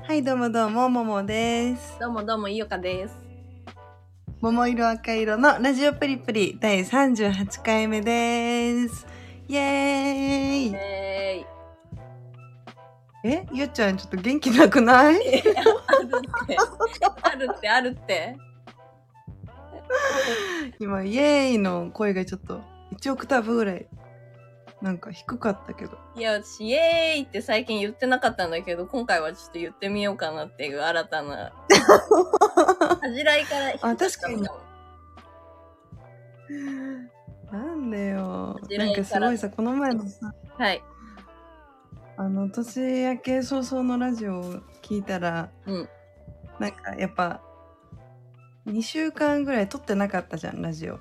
はいどうもどうもももです。 どうもどうもいよかです。 桃色赤色のラジオプリプリ第38回目です。イエーイ。ゆっちゃんちょっと元気なくない？ あるって。 今イエーイの声がちょっと1オクターブぐらいなんか低かったけど。 いや、私イエーイって最近言ってなかったんだけど、今回はちょっと言ってみようかなっていう新たな恥じらいからあ、確かに。なんでよ。なんかすごいさ、この前のさ、 はい。 年明け早々のラジオを聞いたら、なんかやっぱ2週間ぐらい撮ってなかったじゃん、ラジオ。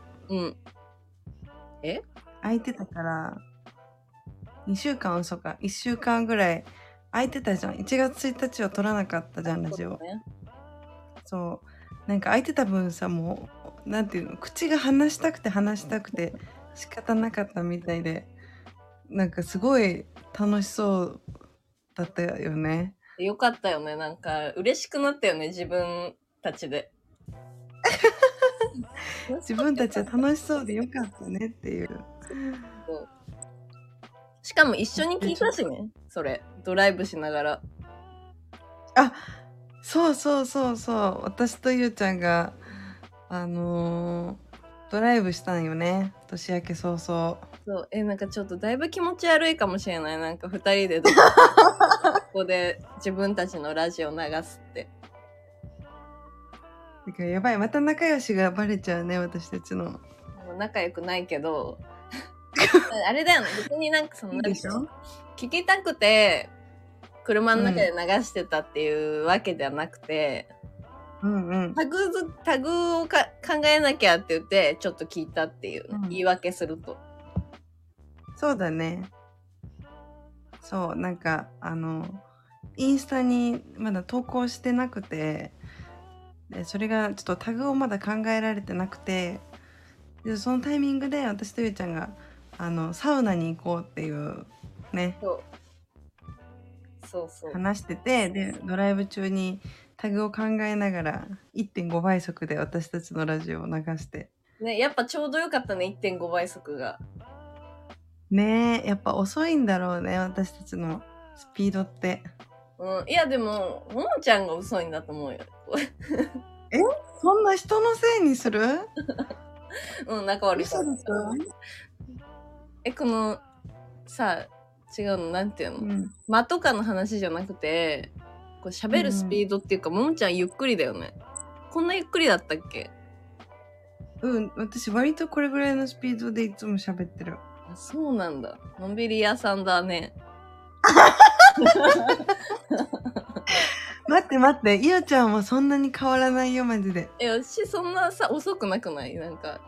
空いてたから2週間嘘か1週間ぐらい空いてたじゃん。1月1日は撮らなかったじゃん、ラジオ。そうなんか空いてた分さ、もうなんていうの、口が話したくて仕方なかったみたいで、なんかすごい楽しそうだったよね。 よかったよね。なんか嬉しくなったよね、自分たちで。 自分たちは楽しそうでよかったねっていう。 しかも一緒に聞いたしね、それドライブしながら。 あ、そう私とゆうちゃんがドライブしたんよね、年明け早々。 そうなんかちょっとだいぶ気持ち悪いかもしれない。なんか2人でここで自分たちのラジオ流すって。 だからやばい、また仲良しがバレちゃうね、私たちの。 仲良くないけどあれだよね、別になんかそのいいでしょ、 聞きたくて車の中で流してたっていうわけではなくて、タグを考えなきゃって言ってちょっと聞いたっていう、言い訳すると。 そうだね。そう、なんかインスタにまだ投稿してなくて、でそれがちょっとタグをまだ考えられてなくて、でそのタイミングで私とゆうちゃんがサウナに行こうっていうね、 そう話してて、でドライブ中にタグを考えながら 1.5 倍速で私たちのラジオを流してね、やっぱちょうどよかったね、1.5 倍速がね。やっぱ遅いんだろうね、私たちのスピードって。 いやでもももちゃんが遅いんだと思うよそんな人のせいにする？ 仲悪いから。このさ、違うの、なんていうの、間とかの話じゃなくて、こう喋るスピードっていうか、ももちゃんゆっくりだよね。こんなゆっくりだったっけ？ 私割とこれぐらいのスピードでいつも喋ってる。 そうなんだ。のんびり屋さんだね。 待って、いよちゃんもそんなに変わらないよ、マジで。 私そんなさ、遅くなくない？なんか。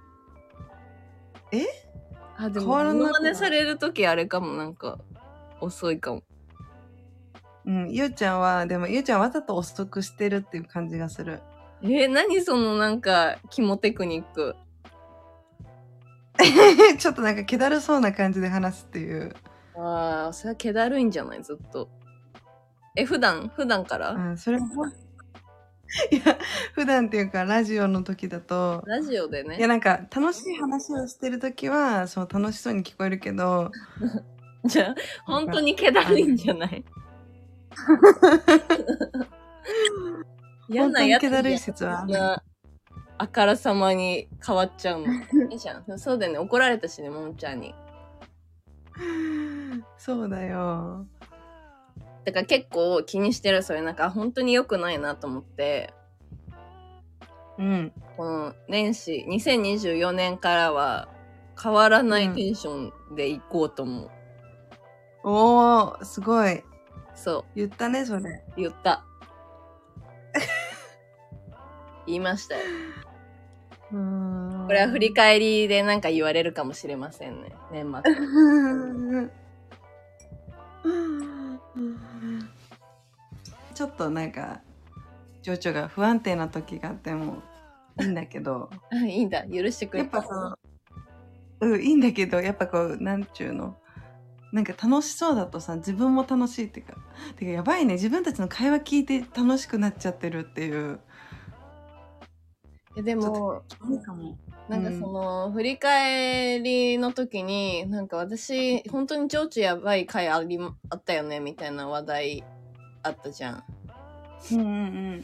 でも、モノマネされるときあれかも、なんか、遅いかも。 ゆうちゃんはわざと遅くしてるっていう感じがする。 何そのなんか、肝テクニック。 ちょっとなんか気だるそうな感じで話すっていう。 それは気だるいんじゃない？ずっと。普段から？ それもいや、普段っていうかラジオの時だと。 ラジオでね。 いや、なんか楽しい話をしてる時はそう楽しそうに聞こえるけどじゃあ本当に気だるいんじゃない？ 本当に気だるい説はあからさまに変わっちゃうの。いいじゃん。そうだよね。怒られたしね、ももちゃんに。 そうだよ。 だから結構気にしてる。それなんか本当に良くないなと思って。この年始2024年からは変わらないテンションでいこうと思う。 おー、すごい。 そう。 言ったね、それ。 言った。言いましたよ。これは振り返りでなんか言われるかもしれませんね、年末。 ちょっとなんか情緒が不安定な時があってもいいんだけどいいんだ、許してくれ。 やっぱいいんだけど、やっぱこうなんちゅうの、 なんか楽しそうだとさ、自分も楽しいっていうか、てかやばいね、自分たちの会話聞いて楽しくなっちゃってるっていう。 でも、なんかその、振り返りの時に、なんか私、本当に情緒やばい回あったよね、みたいな話題あったじゃん。 うんうんうん。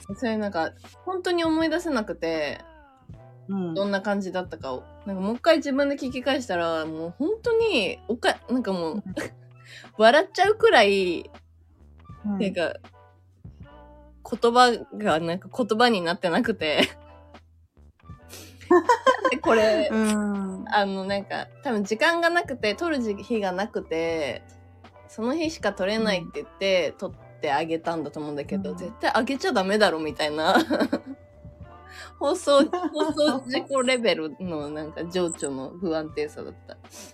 それなんか、本当に思い出せなくて、どんな感じだったかを。なんかもう一回自分で聞き返したら、もう本当に、なんかもう、笑っちゃうくらい、なんか、言葉がなんか言葉になってなくて。で、これ、なんか、多分時間がなくて、撮る日がなくて、その日しか撮れないって言って、撮ってあげたんだと思うんだけど、絶対あげちゃダメだろみたいな。放送事故レベルのなんか情緒の不安定さだった。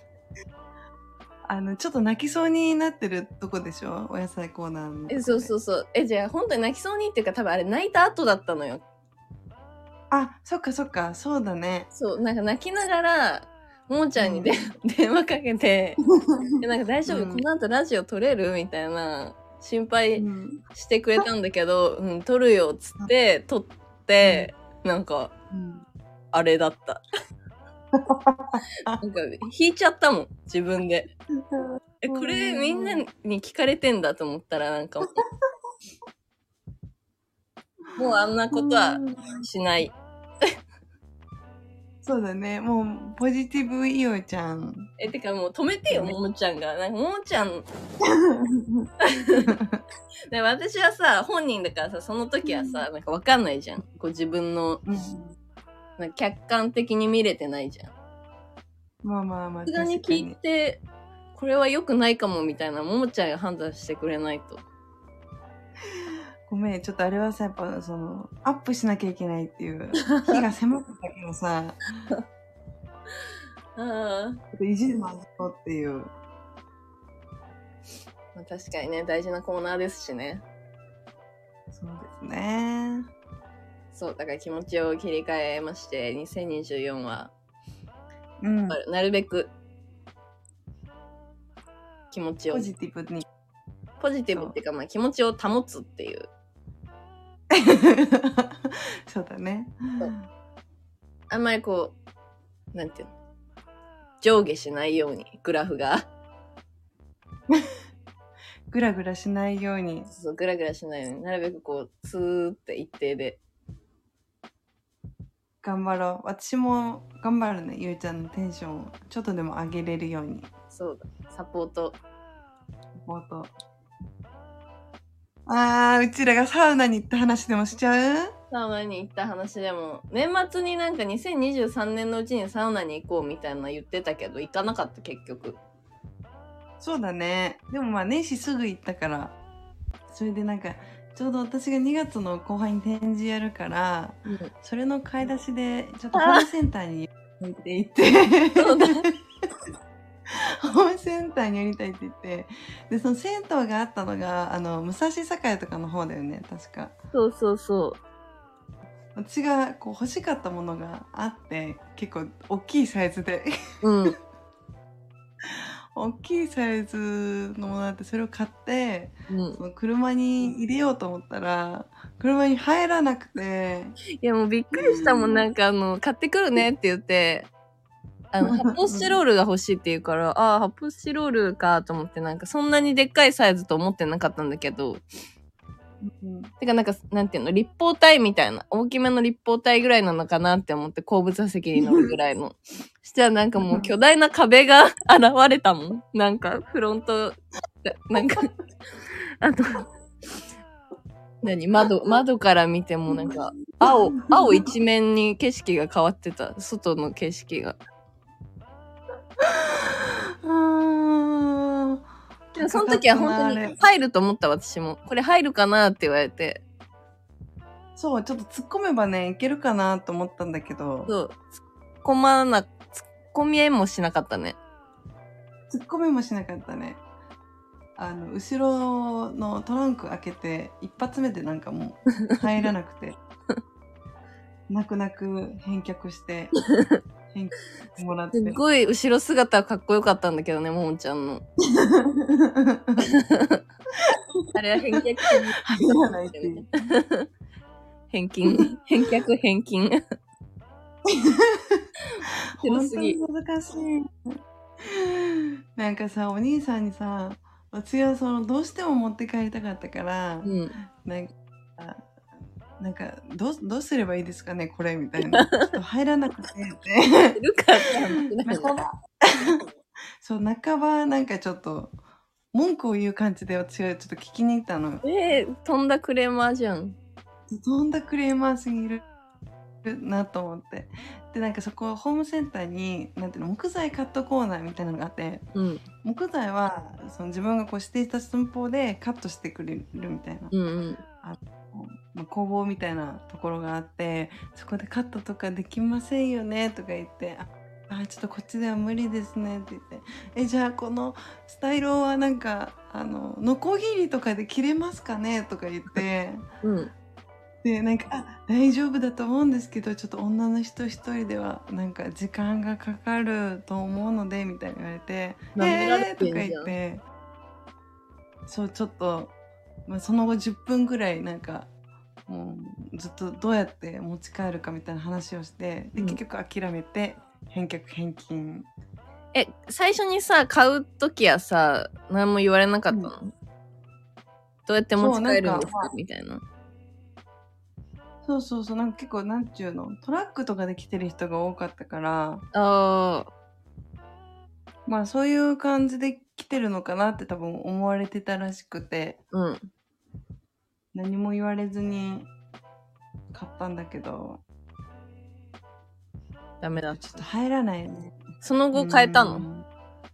ちょっと泣きそうになってるとこでしょ、お野菜コーナーの。 そうそうそう。じゃあ本当に泣きそうにっていうか、多分あれ泣いた後だったのよ。 あ、そっかそっか、そうだね。 そう、なんか泣きながら、ももちゃんに電話かけて、なんか大丈夫、この後ラジオ撮れるみたいな心配してくれたんだけど、撮るよっつって撮って、なんか、あれだった。なんか引いちゃったもん、自分で。これみんなに聞かれてんだと思ったら、なんかもうあんなことはしない。 そうだね。もう、ポジティブイオちゃん。 てかもう止めてよ、ももちゃんが。なんかももちゃん。で私はさ、本人だからさ、その時はさ、なんかわかんないじゃん。こう自分の、なんか客観的に見れてないじゃん。 まあまあまあ。 さすがに聞いて、これは良くないかもみたいな、ももちゃんが判断してくれないと。 ごめん、ちょっとあれはさ、やっぱアップしなきゃいけないっていう、日が迫ってたけどさ、ちょっと意地でもあげようっていう。 まあ、確かにね、大事なコーナーですしね。 そうですね。 そう、だから気持ちを切り替えまして、2024は、なるべく、気持ちを。 ポジティブに。 ポジティブっていうか、まあ気持ちを保つっていう。 そうだね。 あんまりこう、なんていうの、上下しないように、グラフが。 グラグラしないように。 そう、グラグラしないように、なるべくこう、ツーって一定で。 頑張ろう。私も頑張るね、ゆうちゃんのテンションをちょっとでも上げれるように。 そうだ、サポート。 うちらがサウナに行った話でもしちゃう？ サウナに行った話でも、年末になんか2023年のうちにサウナに行こうみたいな言ってたけど、行かなかった結局。 そうだね。でもまあ年始すぐ行ったから、それでなんか、ちょうど私が2月の後半に展示やるから、それの買い出しで、ちょっとホームセンターに置いて行って、ホームセンターにやりたいって言って、で、その銭湯があったのが、武蔵境とかの方だよね、確か。 そうそうそう。 私がこう欲しかったものがあって、結構大きいサイズで。大きいサイズのものあって、それを買って、その車に入れようと思ったら、車に入らなくて。 いやもうびっくりしたもん、なんか買ってくるねって言って、発泡スチロールが欲しいって言うから、発泡スチロールかと思って、なんかそんなにでっかいサイズと思ってなかったんだけど、てかなんか、なんていうの、立方体みたいな、大きめの立方体ぐらいなのかなって思って、後部座席に乗るぐらいの。したらなんかもう巨大な壁が現れたもん。なんか、フロント、なんか、窓から見てもなんか、青一面に景色が変わってた。外の景色が。でもその時は本当に入ると思った私も。これ入るかなって言われて。 そう、ちょっと突っ込めばね、いけるかなと思ったんだけど。 そう。突っ込みもしなかったね。 突っ込みもしなかったね。後ろのトランク開けて、一発目でなんかもう入らなくて。泣く泣く返却して。 返金もらって。 すっごい後ろ姿かっこよかったんだけどね、ももちゃんの。あれは返却入らないっていう。 返金。 本当に難しい。なんかさ、お兄さんにさ、私はどうしても持って帰りたかったから、なんかどうすればいいですかねこれみたいな。ちょっと入らなくてって。 いるかそう、半ばなんかちょっと、文句を言う感じで私はちょっと聞きに行ったの。 とんだクレーマーじゃん。 とんだクレーマーすぎるなと思って。で、なんかそこホームセンターになんていうの木材カットコーナーみたいなのがあって、木材は自分がこう指定した寸法でカットしてくれるみたいな、工房みたいなところがあって、そこでカットとかできませんよねとか言って、ちょっとこっちでは無理ですねって言って、じゃあこのスタイロはなんかノコギリとかで切れますかねとか言って、でなんか大丈夫だと思うんですけど、ちょっと女の人一人ではなんか時間がかかると思うのでみたいに言われて、とか言って、そうちょっと、その後10分ぐらいなんかもうずっとどうやって持ち帰るかみたいな話をして、で結局諦めて返却返金。 最初にさ買う時はさ何も言われなかったの？どうやって持ち帰るんですかみたいな。 そうなんか結構なんちゅうのトラックとかで来てる人が多かったから、まあそういう感じで来てるのかなって多分思われてたらしくて、何も言われずに買ったんだけど、 ダメだ。 ちょっと入らないよね。 その後変えたの？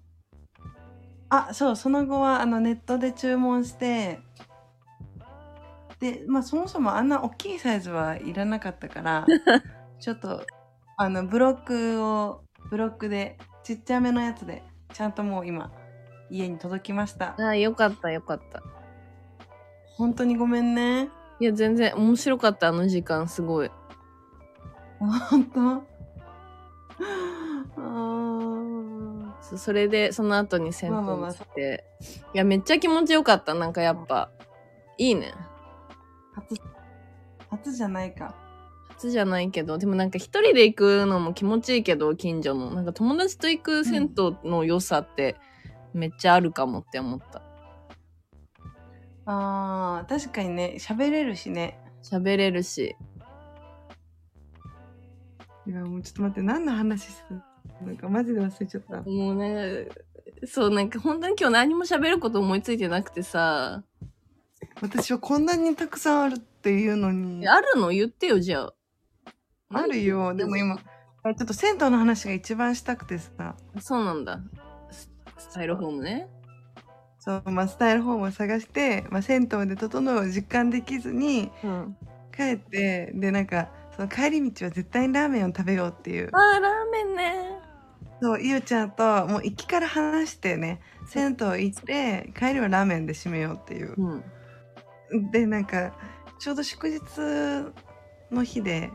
そう、その後はネットで注文して、でそもそもあんな大きいサイズはいらなかったからちょっとブロックでちっちゃめのやつでちゃんともう今家に届きました。 よかった本当にごめんね。 いや全然面白かった、あの時間すごい。 本当それでその後に銭湯に来て、いやめっちゃ気持ちよかった。なんかやっぱいいね。 初じゃないか。 初じゃないけど、でもなんか一人で行くのも気持ちいいけど、近所のなんか友達と行く銭湯の良さってめっちゃあるかもって思った。 確かにね、喋れるし。いやもうちょっと待って、何の話してた？なんかマジで忘れちゃった。 もうね、そうなんか本当に今日何も喋ること思いついてなくてさ。 私はこんなにたくさんあるっていうのに。 あるの言ってよ、じゃあ。 あるよ。でも今、ちょっと銭湯の話が一番したくてさ。 そうなんだ。スタイルホームね。 そう、スタイルホームを探して、銭湯で整うを実感できずに、帰って、で、なんか、その帰り道は絶対にラーメンを食べようっていう。 ラーメンね。 そう、ゆうちゃんと、もう行きから話してね、銭湯行って、帰りはラーメンで締めようっていう。で、なんか、ちょうど祝日の日で、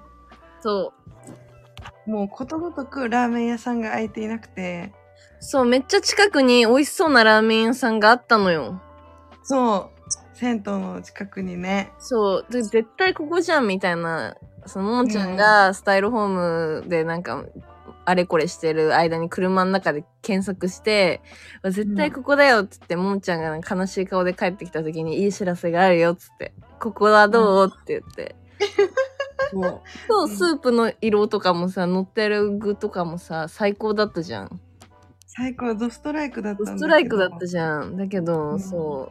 もうことごとくラーメン屋さんが開いていなくて。 そう、めっちゃ近くに美味しそうなラーメン屋さんがあったのよ。 そう、銭湯の近くにね。 そう、で絶対ここじゃんみたいな、そのももちゃんがスタイルホームでなんか、あれこれしてる間に車の中で検索して、絶対ここだよっつって、ももちゃんが悲しい顔で帰ってきた時にいい知らせがあるよっつって、ここはどうって言って。もう、そう、スープの色とかもさ、乗ってる具とかもさ、最高だったじゃん。 最高、ドストライクだったんだけど。 ドストライクだったじゃん。だけど、そう、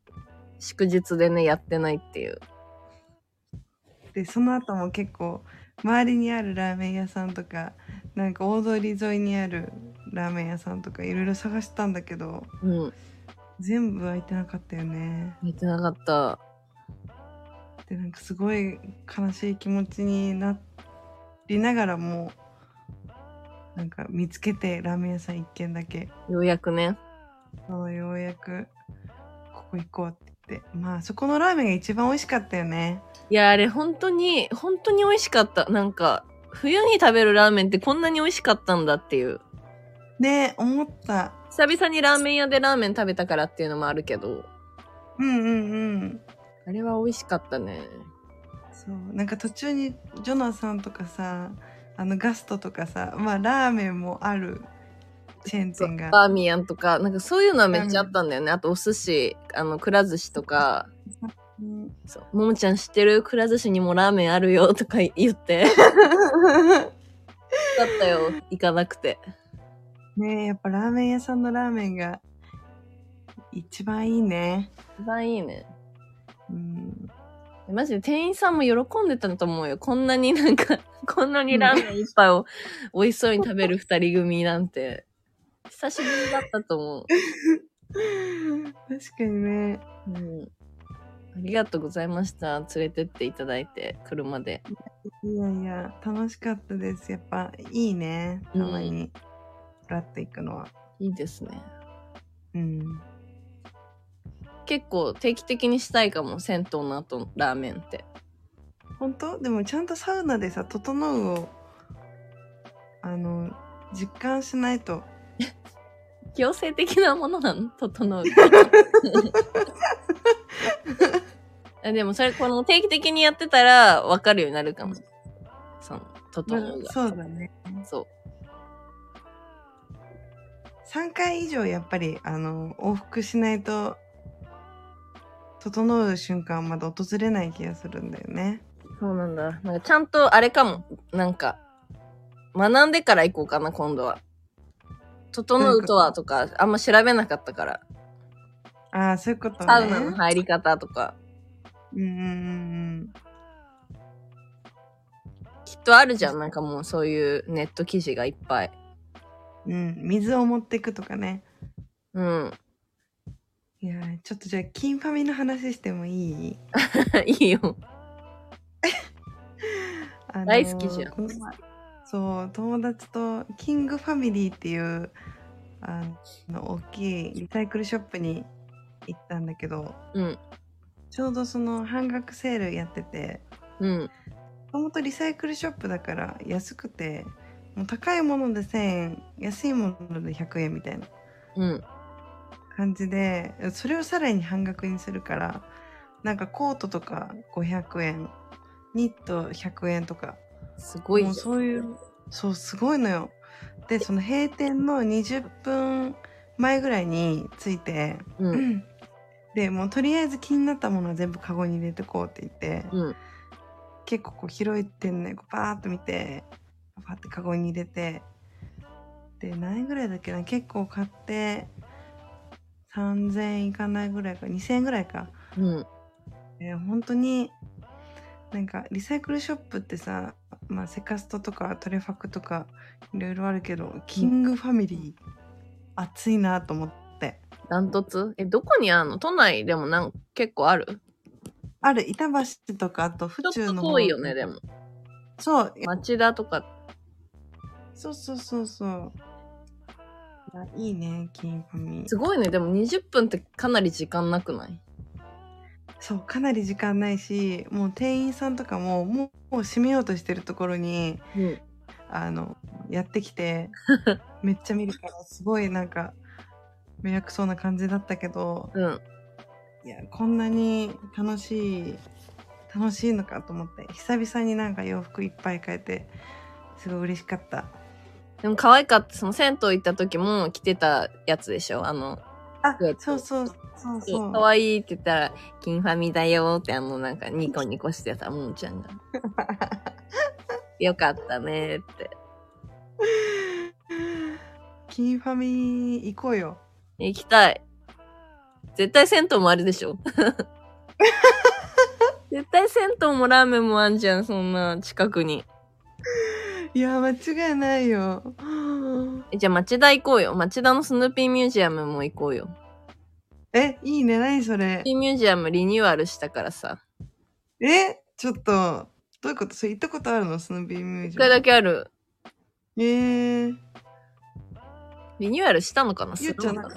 祝日でね、やってないっていう。 で、その後も結構、周りにあるラーメン屋さんとか、なんか大通り沿いにあるラーメン屋さんとかいろいろ探したんだけど、全部開いてなかったよね。 開いてなかった。 で、なんかすごい悲しい気持ちになりながらも、なんか見つけてラーメン屋さん一軒だけ。 ようやくね。 そう、ようやく、ここ行こうって言って。そこのラーメンが一番美味しかったよね。 いや、あれ本当に美味しかった。なんか、 冬に食べるラーメンってこんなに美味しかったんだっていう。 ね、思った。 久々にラーメン屋でラーメン食べたからっていうのもあるけど。 うんうんうん。 あれは美味しかったね。 そう。なんか途中にジョナサンとかさ、ガストとかさ、まあラーメンもあるチェーン店が。 バーミヤンとか、なんかそういうのはめっちゃあったんだよね。あとお寿司、くら寿司とか。そう。ももちゃん知ってる？くら寿司にもラーメンあるよとか言って。だったよ。行かなくて。 ねえ、やっぱラーメン屋さんのラーメンが一番いいね。 一番いいね。マジで店員さんも喜んでたと思うよ。こんなになんか、こんなにラーメン一杯を美味しそうに食べる二人組なんて、久しぶりだったと思う。 確かにね。 ありがとうございました。連れてっていただいて、車で。 いやいや、楽しかったです。やっぱいいね。たまに、フラッと行くのは。 いいですね。結構定期的にしたいかも、銭湯の後のラーメンって。 本当？でもちゃんとサウナでさ、整うを、実感しないと。 強制的なものなの？整う。でもそれ、この定期的にやってたら分かるようになるかも。整うが。 そうだね。 そう。 3回以上やっぱり、往復しないと、整う瞬間まだ訪れない気がするんだよね。 そうなんだ。なんかちゃんとあれかも。なんか、学んでから行こうかな、今度は。整うとはとか、あんま調べなかったから。 ああ、そういうことね。 サウナの入り方とか。きっとあるじゃん。なんかもうそういうネット記事がいっぱい。 水を持ってくとかね。いやちょっとじゃあ、キンファミの話してもいい？ いいよ。大好きじゃん。 そう、友達とキングファミリーっていう大きいリサイクルショップに行ったんだけど、ちょうどその半額セールやってて、もともとリサイクルショップだから安くて、もう高いもので1000円、安いもので100円みたいな感じで、それをさらに半額にするから、なんかコートとか500円、ニット100円とか。 すごいじゃん。 もうそういう、そう、すごいのよ。で、その閉店の20分前ぐらいに着いて、で、もうとりあえず気になったものは全部カゴに入れてこうって言って、結構こう広い店ね、バーっと見て、パーってカゴに入れて、で、何円ぐらいだっけな、結構買って、3000円いかないぐらいか、2000円ぐらいか。本当に、なんかリサイクルショップってさ、まあセカストとかトレファクとかいろいろあるけど、キングファミリー、熱いなと思って。 ダントツ？どこにあるの？都内でも結構ある？ ある、板橋とか、あと府中の方。 ちょっと遠いよね、でも。 そう。 町田とか。 そう。いいね、キンファミ。 すごいね、でも20分ってかなり時間なくない？ そう、かなり時間ないし、もう店員さんとかももう閉めようとしてるところに、やってきてめっちゃ見るから、すごいなんか迷惑そうな感じだったけど、いや、こんなに楽しいのかと思って、久々になんか洋服いっぱい買えてすごい嬉しかった。 でも可愛かった。その銭湯行った時も着てたやつでしょ？ そう可愛いって言ったら、キンファミだよってなんかニコニコしてたもんちゃんが。よかったねって。 キンファミ行こうよ。 行きたい。絶対銭湯もあるでしょ？絶対銭湯もラーメンもあんじゃん、そんな近くに。 いや、間違いないよ。 じゃあ町田行こうよ。町田のスヌーピーミュージアムも行こうよ。 いいね。何それ。 スヌーピーミュージアムリニューアルしたからさ。 ちょっと、どういうこと？それ行ったことあるの？スヌーピーミュージアム。 一回だけある。 リニューアルしたのかな？ ゆうちゃん。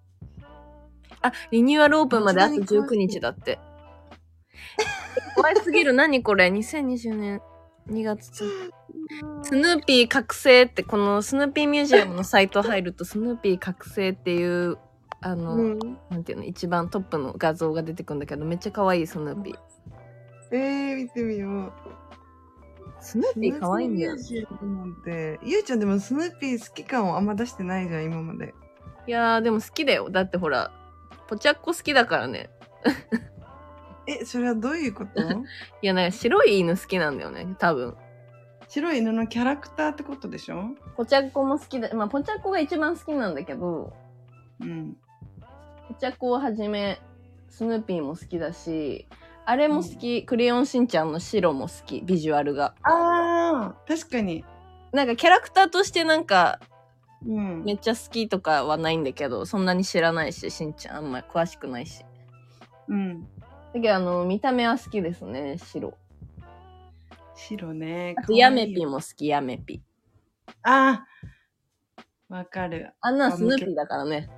リニューアルオープンまであと19日だって。怖いすぎる。何これ？ 2020 年2月1日。 スヌーピー覚醒って、このスヌーピーミュージアムのサイト入ると、スヌーピー覚醒っていう、なんていうの、一番トップの画像が出てくるんだけど、めっちゃ可愛いスヌーピー。 見てみよう。 スヌーピー可愛いんだよ。 ゆうちゃんでもスヌーピー好き感をあんま出してないじゃん、今まで。 いやー、でも好きだよ。だってほら、ポチャッコ好きだからね。 それはどういうこと？ いや、なんか白い犬好きなんだよね、多分。 白い犬のキャラクターってことでしょ？ ポチャッコも好きだ。まあ、ポチャッコが一番好きなんだけど、 うん。 ポチャッコをはじめ、スヌーピーも好きだし、あれも好き、クレヨンしんちゃんの白も好き、ビジュアルが。 あー、確かに。 なんかキャラクターとしてなんか、 うん。 めっちゃ好きとかはないんだけど、そんなに知らないし、しんちゃんあんまり詳しくないし。 うん。 だけど見た目は好きですね、白。 白ね。 あと、ヤメピも好き、ヤメピ。 あー、わかる。 あんなスヌーピーだからね。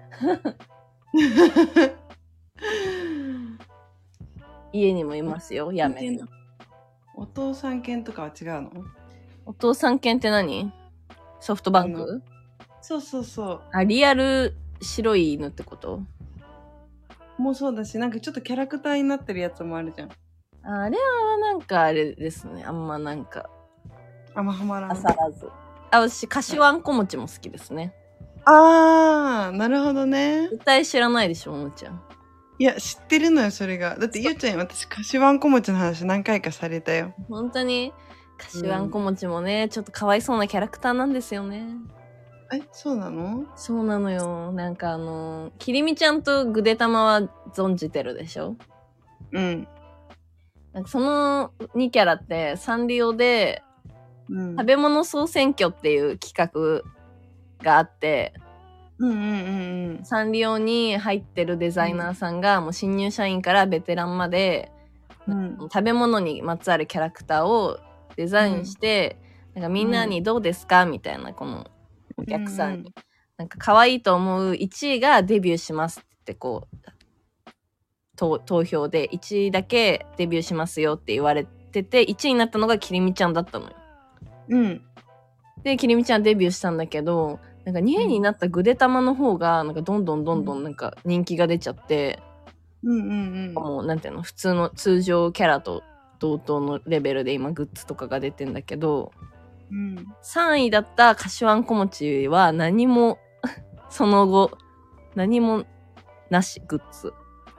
家にもいますよ、ヤメピ。 お父さん犬とかは違うの？ お父さん犬って何？ソフトバンク？ そうそうそう。 あ、リアル白い犬ってこと？ もうそうだし、なんかちょっとキャラクターになってるやつもあるじゃん。 あれはなんかあれですね。あんまなんか。 あんまハマらん。 あさらず。私、かしわんこ餅も好きですね。 あー、なるほどね。 絶対知らないでしょ、ももちゃん。 いや、知ってるのよ、それが。だってゆうちゃん、私、かしわんこ餅の話何回かされたよ。 本当に、かしわんこ餅もね、ちょっとかわいそうなキャラクターなんですよね。 そうなの？ そうなのよ。なんかきりみちゃんとぐでたまは存じてるでしょ？ うん。 なんかその2キャラってサンリオで、食べ物総選挙っていう企画があって、サンリオに入ってるデザイナーさんが、もう新入社員からベテランまで、食べ物にまつわるキャラクターをデザインして、なんかみんなにどうですかみたいな、このお客さんに、なんか可愛いと思う1位がデビューしますってこう投票で1位だけデビューしますよって言われてて、1位になったのがきりみちゃんだったのよ。できりみちゃんデビューしたんだけど、なんか2位になったぐでたまの方がなんかどんどんなんか人気が出ちゃって、もうなんていうの、普通の通常キャラと同等のレベルで今グッズとかが出てんだけど、3位だったかしわんこ餅は何もその後何もなし、グッズ。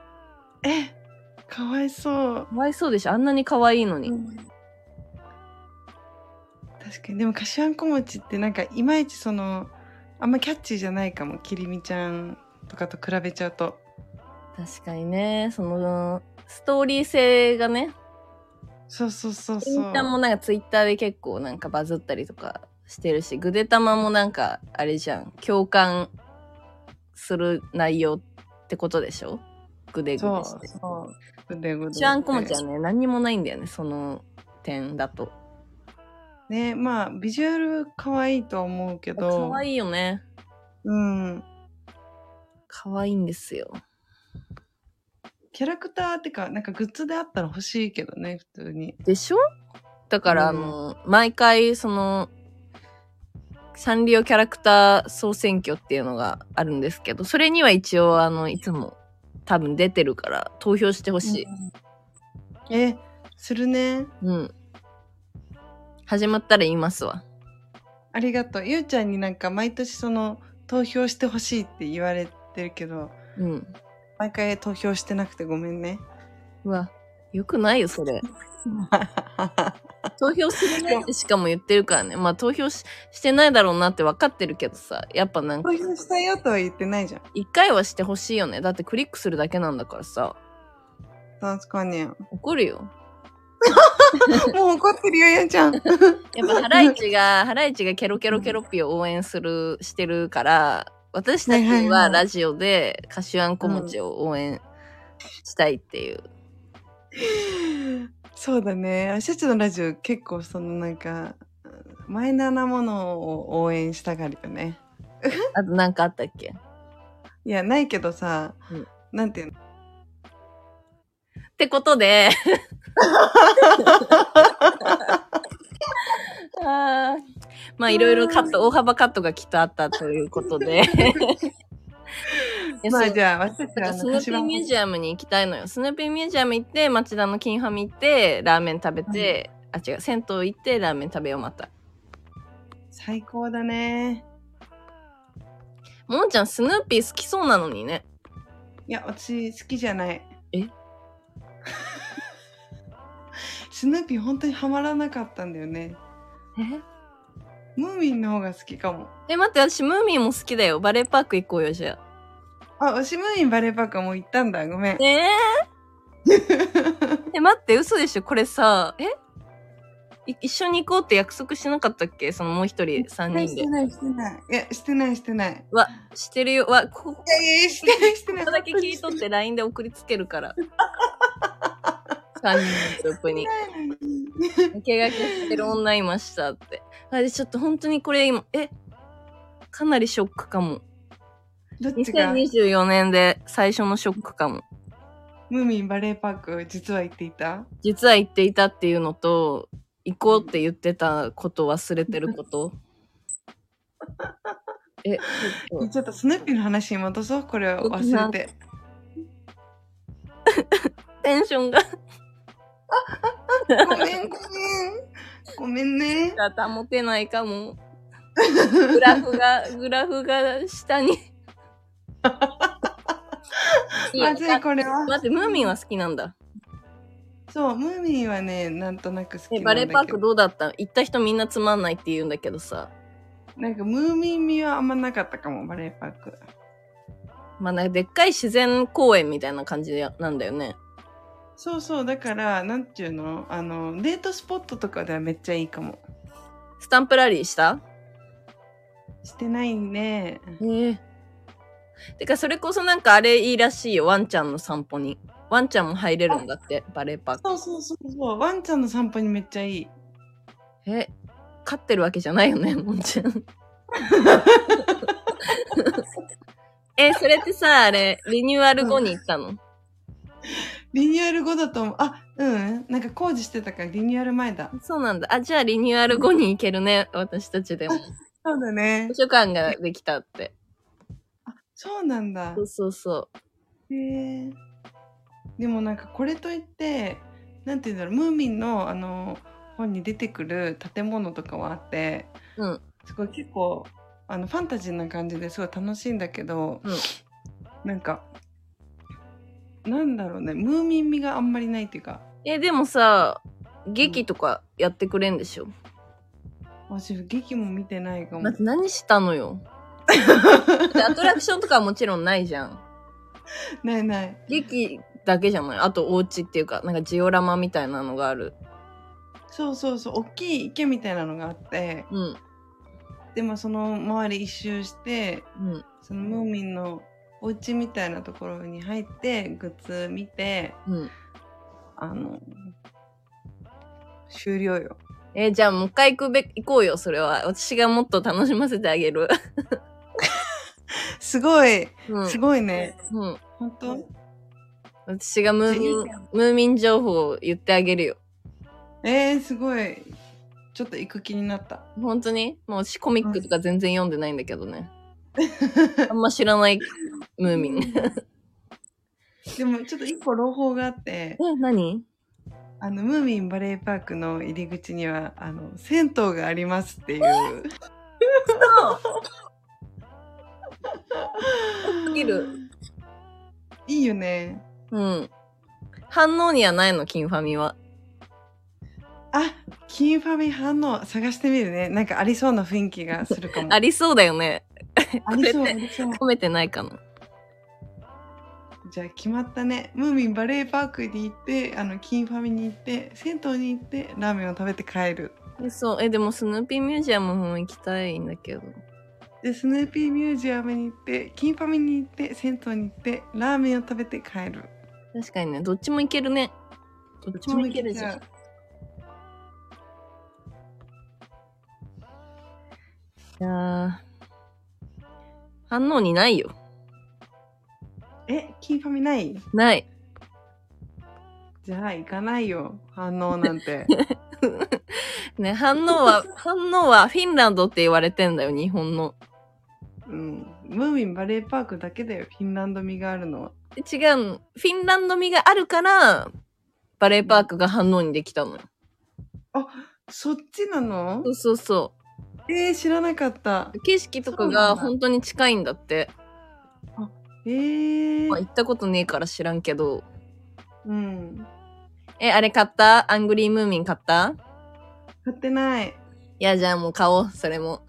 かわいそう。 かわいそうでしょ、あんなに可愛いのに。 確かに。でもかしわんこ餅ってなんかいまいちあんまキャッチーじゃないかも、きりみちゃんとかと比べちゃうと。 確かにね、そのストーリー性がね。 そう。きりみちゃんもなんかツイッターで結構なんかバズったりとかしてるし、ぐでたまもなんかあれじゃん、共感する内容ってことでしょ？ぐでぐでして。 ぐでぐで。 しわんこ餅はね、何にもないんだよね、その点だと。 ね、まあビジュアル可愛いとは思うけど。 可愛いよね。可愛いんですよ。 キャラクターってか、なんかグッズであったら欲しいけどね、普通に。 でしょ？だから毎回サンリオキャラクター総選挙っていうのがあるんですけど、それには一応いつも多分出てるから投票してほしい。 するね。 始まったら言いますわ。 ありがとう。ゆうちゃんになんか毎年投票してほしいって言われてるけど、毎回投票してなくてごめんね。 うわ、よくないよそれ。投票するねってしかも言ってるからね。まあ投票してないだろうなって分かってるけどさ、やっぱなんか投票したよとは言ってないじゃん。 一回はしてほしいよね。だってクリックするだけなんだからさ。 確かに。 怒るよ。 もう怒ってるよ、やんちゃん。やっぱハライチがケロケロケロッピを応援してるから、私たちはラジオでかしわんこ餅を応援したいっていう。 そうだね。私たちのラジオ結構なんかマイナーなものを応援したがるよね。 あとなんかあったっけ？ いや、ないけどさ、なんていうの？ ってことであまあいろいろ大幅カットがきっとあったということで。 まあじゃあ、私たちはスヌーピーミュージアムに行きたいのよ。スヌーピーミュージアム行って、町田の金ファミ行って、ラーメン食べて、銭湯行ってラーメン食べようまた。 最高だね。 もんちゃん、スヌーピー好きそうなのにね。 いや、私好きじゃない。 えスヌーピー本当にハマらなかったんだよね。ムーミンの方が好きかも。 待って、私ムーミンも好きだよ。バレーパーク行こうよ、じゃあ。私ムーミンバレーパークはもう行ったんだ。ごめん。 待って、嘘でしょこれさ、一緒に行こうって約束しなかったっけそのもう一人、3人で。 してない。いや、してない。 してるよ。 いや、してない。 ここだけ切り取って LINE で送りつけるから。3人のグループに。抜け駆けしてる女いましたって。ちょっと本当にこれ今、かなりショックかも。 どっちが 2024年で最初のショックかも。 ムーミンバレーパーク、実は行っていたっていうのと、行こうって言ってたこと忘れてること。 ちょっとスヌーピーの話に戻そう。これを忘れて。 テンションが。 ごめんね。 保てないかも。グラフが下に。 まずい、これは。 待って、ムーミンは好きなんだ。 そう、ムーミンはね、なんとなく好きなんだけど。 バレーパークどうだった？行った人みんなつまんないって言うんだけどさ。 なんかムーミン味はあんまなかったかも、バレーパーク。 まあなんかでっかい自然公園みたいな感じなんだよね。 そう、だから、なんていうの？デートスポットとかではめっちゃいいかも。 スタンプラリーした？ してないね。 てか、それこそなんかあれいいらしいよ。ワンちゃんの散歩に。ワンちゃんも入れるんだって、バレーパーク。 そう。ワンちゃんの散歩にめっちゃいい。 飼ってるわけじゃないよね、ワンちゃん。それってさ、あれ、リニューアル後に行ったの？ リニューアル後だと思う。なんか工事してたからリニューアル前だ。 そうなんだ。じゃあリニューアル後に行けるね、私たちでも。 そうだね。 図書館ができたって。 そうなんだ。 そう。 でもなんかこれといって、なんていうんだろう、ムーミンの本に出てくる建物とかはあって、すごい結構ファンタジーな感じですごい楽しいんだけど、なんかなんだろうね、ムーミン味があんまりないっていうか。 でもさ、劇とかやってくれんでしょ？ 私劇も見てないかも。 何したのよ。アトラクションとかはもちろんないじゃん。 ない。 劇だけじゃない？あとお家っていうか、なんかジオラマみたいなのがある。 そう。大きい池みたいなのがあって。でもその周り一周して、そのムーミンのお家みたいなところに入ってグッズ見て、終了よ。 じゃあもう一回行こうよ、それは。私がもっと楽しませてあげる。 すごいね。本当？ 私がムーミン情報を言ってあげるよ。 すごい。ちょっと行く気になった。 本当に？もう私コミックとか全然読んでないんだけどね。あんま知らないムーミン。 でもちょっと一個朗報があって。 何？ ムーミンバレーパークの入り口には銭湯がありますっていう。いいよね。 反応にはないの、金ファミは。 金ファミ反応探してみるね。なんかありそうな雰囲気がするかも。 ありそうだよね。 ありそう。 込めてないかな。 じゃあ決まったね。ムーミンバレーパークに行って、金ファミに行って、銭湯に行って、ラーメンを食べて帰る。 そう。でもスヌーピーミュージアムも行きたいんだけど。 で、スヌーピーミュージアムに行って、金ファミに行って、銭湯に行って、ラーメンを食べて帰る。 確かにね、どっちも行けるね。どっちも行けるじゃん。いや反応にないよ。 金ファミない？ ない。 じゃあ行かないよ。反応なんて。 ね、反応はフィンランドって言われてんだよ、日本の。 うん。ムーミンバレーパークだけだよ。フィンランド味があるのは。 違うの。フィンランド味があるから、バレーパークが反応にできたのよ。 あ、そっちなの？ そうそうそ知らなかった。 う。景色とかが本当に近いんだって。まあ、行ったことねえから知らんけど。 うん。 あれ買った？アングリームーミン買った？ 買ってない。 いや、じゃあもう買おう、それも。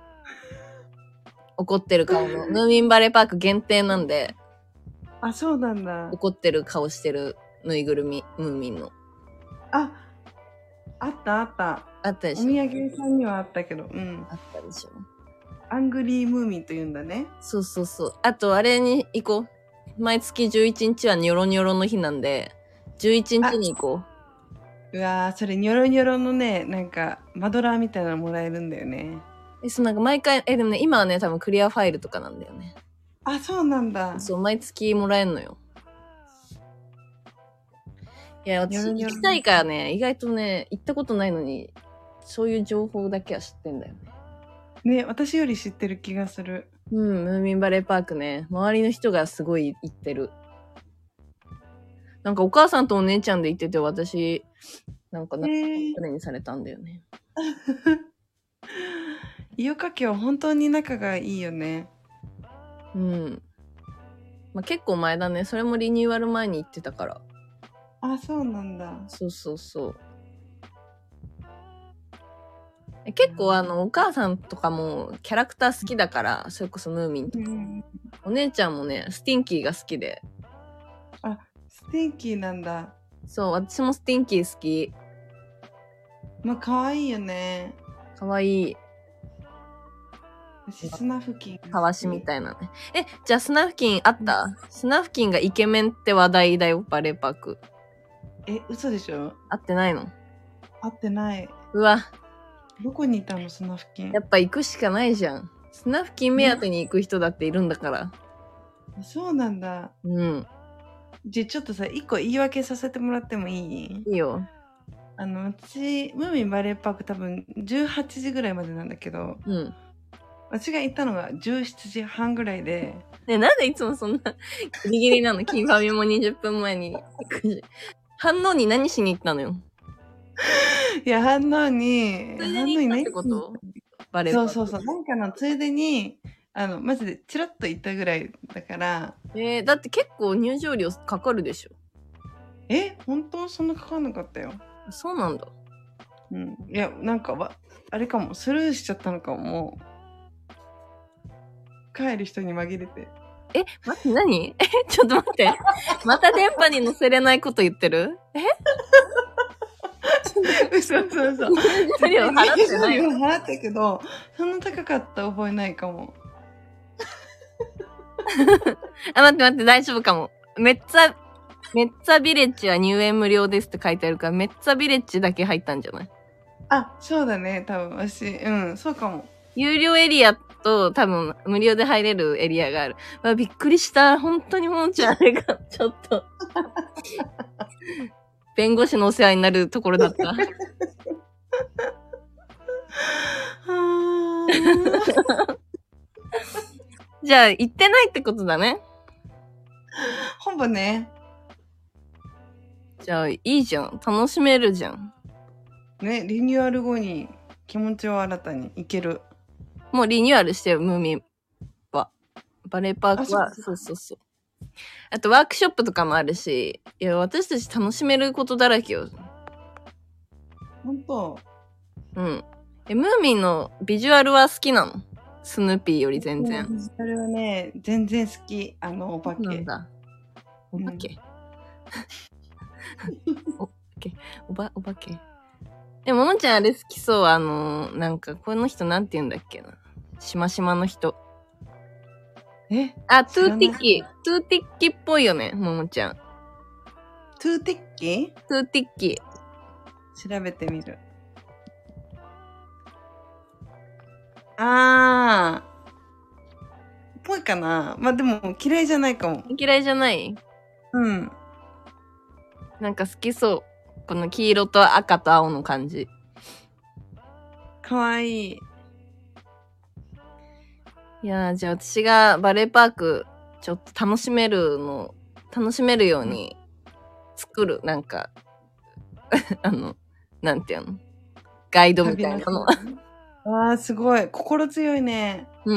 怒ってる顔の。ムーミンバレーパーク限定なんで。 あ、そうなんだ。 怒ってる顔してるぬいぐるみ、ムーミンの。 あったあった。 あったでしょ。 お土産屋さんにはあったけど、うん。 あったでしょ。 アングリームーミンと言うんだね。 そうそうそう。あと、あれに行こう。毎月11日はニョロニョロの日なんで、11日に行こう。うわー、それニョロニョロのね、なんか、マドラーみたいなのもらえるんだよね。 なんか毎回、でもね、今はね、多分クリアファイルとかなんだよね。 あ、そうなんだ。 そう、毎月もらえんのよ。いや、私行きたいからね、意外とね、行ったことないのに、そういう情報だけは知ってんだよね。 ね、私より知ってる気がする。 うん、ムーミンバレーパークね。周りの人がすごい行ってる。なんかお母さんとお姉ちゃんで行ってて、私、なんか誰にされたんだよね。 伊予家家は本当に仲がいいよね。 うん。まあ、結構前だね。それもリニューアル前に行ってたから。 あ、そうなんだ。 そうそうそう。結構お母さんとかもキャラクター好きだから、それこそムーミンとか。お姉ちゃんもね、スティンキーが好きで。 あ、スティンキーなんだ。 そう、私もスティンキー好き。 まあ、可愛いよね。 可愛い。 私、スナフキン。 たわしみたいなね。じゃあスナフキンあった？スナフキンがイケメンって話題だよ、バレーパーク。 嘘でしょ？ 合ってないの？ 合ってない。 うわ。 どこにいたの、スナフキン。 やっぱ行くしかないじゃん。スナフキン目当てに行く人だっているんだから。 そうなんだ。 うん。 じゃあちょっとさ、一個言い訳させてもらってもいい？ いいよ。 私、ムーミンバレーパーク多分18時ぐらいまでなんだけど、 うん。 私が行ったのが17時半ぐらいで。 ね、なんでいつもそんなギリギリなの？キンファミも20分前に行くし。反応に何しに行ったのよ？ いや、反応に何ってことバレーパーク。 そう。なんかのついでに、マジでチラッと行ったぐらいだから。 だって結構入場料かかるでしょ？ 本当そんなかかんなかったよ。 そうなんだ。 うん。いや、なんかあれかも、スルーしちゃったのかも、もう。帰る人に紛れて。 待って、何？ちょっと待って。また電波に乗せれないこと言ってる？ 嘘。 入場料払ってない。 入場料払ったけど、そんな高かった覚えないかも。 待って、大丈夫かも。メッツァビレッジは入園無料ですって書いてあるから、メッツァビレッジだけ入ったんじゃない？ あ、そうだね、多分私、そうかも。 有料エリアと多分無料で入れるエリアがある。びっくりした。本当にもんちゃんあれが、ちょっと。弁護士のお世話になるところだった。じゃあ、行ってないってことだね。 ほぼね。 じゃあ、いいじゃん。楽しめるじゃん。 ね、リニューアル後に気持ちを新たにいける。 もうリニューアルしてよ、ムーミンは。バレーパークは、そう。あとワークショップとかもあるし、いや、私たち楽しめることだらけよ。 ほんと？ うん。ムーミンのビジュアルは好きなの？スヌーピーより全然。 ビジュアルはね、全然好き。お化け。 なんだ。お化け。お化け。でも、ももちゃんあれ好きそう。なんか、この人なんて言うんだっけな。しましまの人。トゥーティッキ。トゥーティッキっぽいよね、ももちゃん。 トゥーティッキ？ トゥーティッキ。 調べてみる。ぽいかな。まあでも嫌いじゃないかも。 嫌いじゃない？ うん。 なんか好きそう。この黄色と赤と青の感じ。 かわいい。 いやー、じゃあ私がバレーパークちょっと楽しめるように作る、なんか、なんていうの、ガイドみたいなの。 あー、すごい。心強いね。 うん。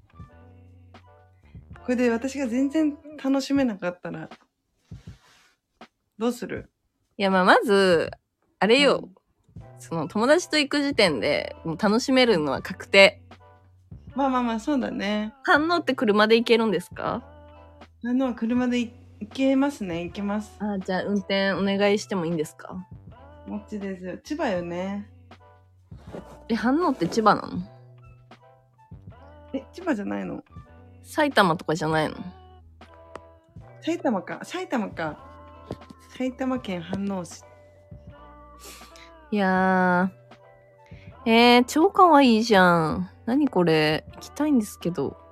これで私が全然楽しめなかったら、どうする？ いや、まず、あれよ。その友達と行く時点でもう楽しめるのは確定。 まあ、そうだね。 反応って車で行けるんですか？ 車で行けますね。行けます。 あ、じゃあ運転お願いしてもいいんですか？ もっちですよ。千葉よね。 反応って千葉なの？ 千葉じゃないの？ 埼玉とかじゃないの？ 埼玉か。埼玉県飯能市。 いやー。超かわいいじゃん。何これ。行きたいんですけど。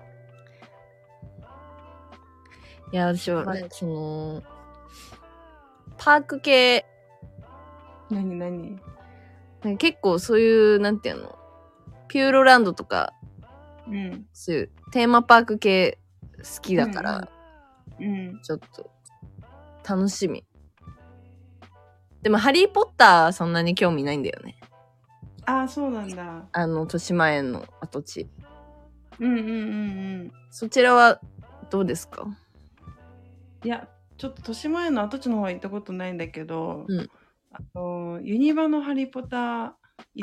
いや、私は、その、パーク系。 何結構そういう、なんていうの、ピューロランドとか、 うん。 そういうテーマパーク系好きだから、ちょっと、楽しみ。でも、ハリーポッターそんなに興味ないんだよね。 ああ、そうなんだ。 豊島園の跡地。 うん。 そちらは、どうですか？ いや、ちょっと豊島園の跡地の方は行ったことないんだけど、ユニバのハリポタ行って、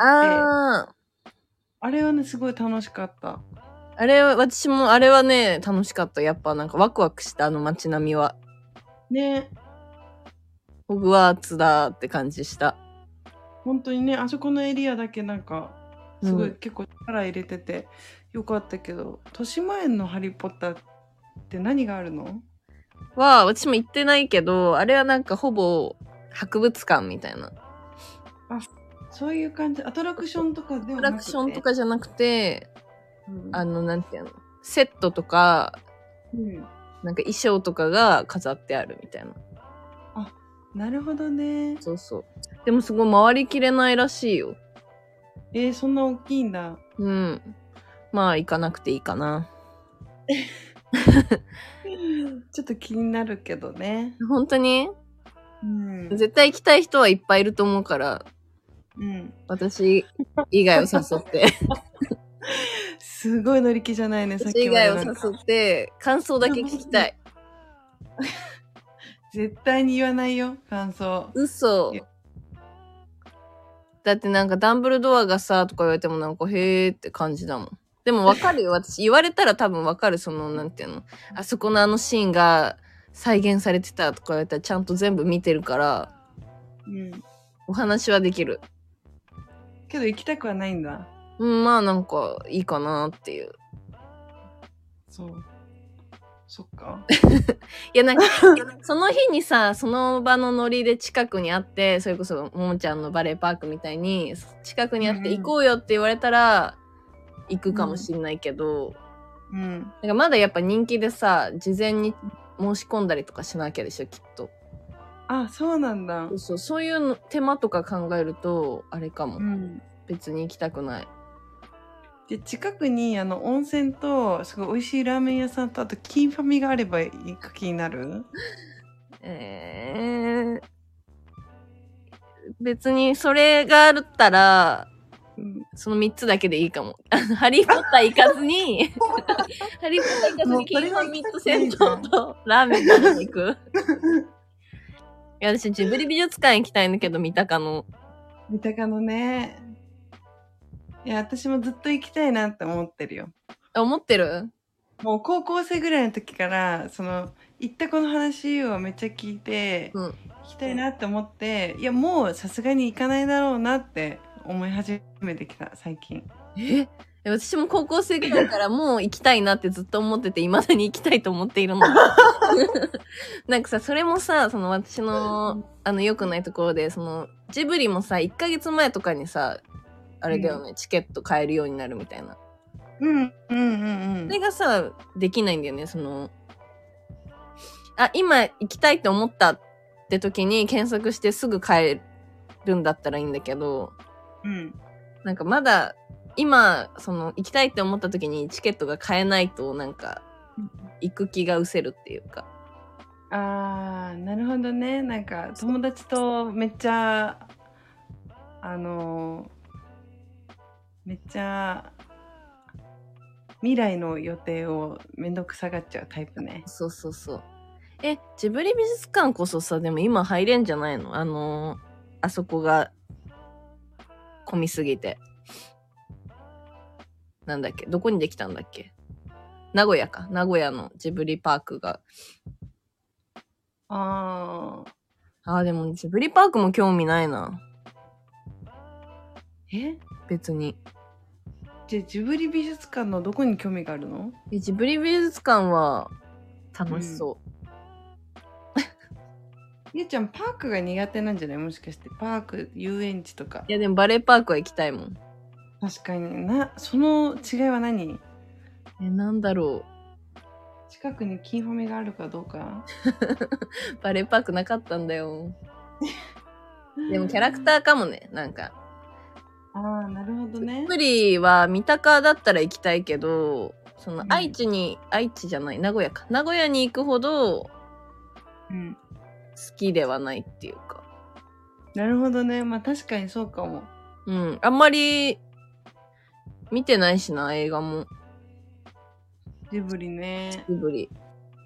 あれはね、すごい楽しかった。 私もあれはね、楽しかった。やっぱなんかワクワクした、街並みは。 ね。 ホグワーツだって感じした。 本当にね、あそこのエリアだけなんか、すごい結構力入れててよかったけど、豊島園のハリーポッターって何があるの？ 私も行ってないけど、あれはなんかほぼ博物館みたいな。 あ、そういう感じ。アトラクションとかではなくて？ アトラクションとかじゃなくて、なんていうの、セットとか、なんか衣装とかが飾ってあるみたいな。 あ、なるほどね。 そうそう。でもすごい回りきれないらしいよ。 そんな大きいんだ。 うん。まあ行かなくていいかな。 ちょっと気になるけどね。 本当に？絶対行きたい人はいっぱいいると思うから、私以外を誘って。 すごい乗り気じゃないね、さっき私以外を誘って、感想だけ聞きたい。 絶対に言わないよ、感想。 嘘。だってなんかダンブルドアがさ、とか言われてもなんかへーって感じだもん。でもわかるよ。私言われたら多分わかる。その、なんていうの。あそこのシーンが再現されてたとか言われたらちゃんと全部見てるから、お話はできる。 けど行きたくはないんだ。 まあなんかいいかなっていう。 そう。そっか。 いやなんか、その日にさ、その場のノリで近くにあって、それこそももちゃんのバレーパークみたいに、近くにあって行こうよって言われたら、行くかもしんないけど、なんかまだやっぱ人気でさ、事前に申し込んだりとかしなきゃでしょ、きっと。 あ、そうなんだ。 そういう手間とか考えると、あれかも。別に行きたくない。 で、近くに温泉と、すごい美味しいラーメン屋さんと、あとキンファミがあれば行く気になる？ 別にそれがあったら、その3つだけでいいかも。ハリーポッター行かずに、ハリーポッター行かずにキンファミと銭湯とラーメン食べに行く。いや、私ジブリ美術館行きたいんだけど、三鷹の。 三鷹のね。いや、私もずっと行きたいなって思ってるよ。 思ってる？ もう高校生ぐらいの時から、行った子の話をめっちゃ聞いて、行きたいなって思って、いや、もうさすがに行かないだろうなって思い始めてきた、最近。 私も高校生ぐらいからもう行きたいなってずっと思ってて、未だに行きたいと思っているの。なんかさ、それもさ、私の、良くないところで、ジブリもさ、1ヶ月前とかにさ、あれだよね、チケット買えるようになるみたいな。それがさ、できないんだよね、今行きたいって思ったっって時に検索してすぐ買えるんだったらいいんだけど、 うん。 なんかまだ今行きたいって思った時にチケットが買えないとなんか行く気が失せるっていうか。 あー、なるほどね。なんか友達とめっちゃめっちゃ未来の予定をめんどくさがっちゃうタイプね。 そうそうそう。ジブリ美術館こそさ、でも今入れんじゃないの？あそこが混みすぎて。なんだっけ？どこにできたんだっけ？名古屋か。名古屋のジブリパークが。 あでもジブリパークも興味ないな。 ー。 別に。 じゃあジブリ美術館のどこに興味があるの？ ジブリ美術館は楽しそう。 ゆうちゃんパークが苦手なんじゃない？もしかしてパーク、遊園地とか。 いやでもバレーパークは行きたいもん。 確かにその違いは何？ なんだろ近くにキンファミがあるかどうか。 う。バレーパークなかったんだよ。でもキャラクターかもね、なんか。 ああ、なるほどね。 ジブリは三鷹だったら行きたいけど、愛知じゃない、名古屋か。名古屋に行くほど、 うん。 好きではないっていうか。 なるほどね。まあ確かにそうかも。 うん。あんまり、見てないしな、映画も。 ジブリね。 ジブリ。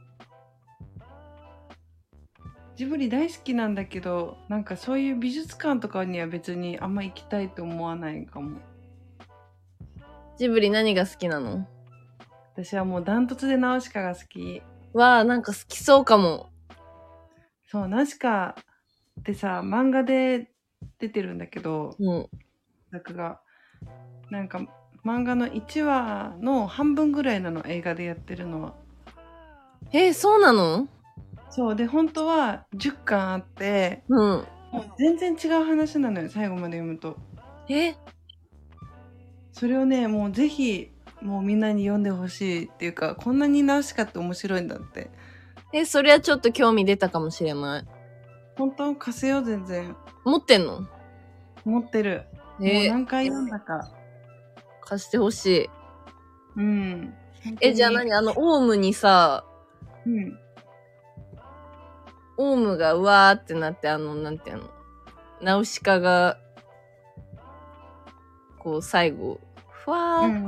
ジブリ大好きなんだけど、なんかそういう美術館とかには別にあんま行きたいと思わないかも。 ジブリ何が好きなの？ 私はもうダントツでナウシカが好き。 なんか好きそうかも。 そう、ナウシカってさ、漫画で出てるんだけど、 うん。 作が。なんか漫画の1話の半分ぐらいなの、映画でやってるのは。 そうなの？ そうで、本当は10巻あって、 うん。 もう全然違う話なのよ、最後まで読むと。それをね、もうぜひもうみんなに読んでほしいっていうか、こんなにナウシカって面白いんだって。 それはちょっと興味出たかもしれない。 本当貸せよ、全然。 持ってんの？ 持ってる。もう何回読んだか。 貸してほしい。 うん。 じゃあ何？オウムにさ、 うん。 オウムがうわーってなって、なんていうの、ナウシカが、こう最後、ふわーって、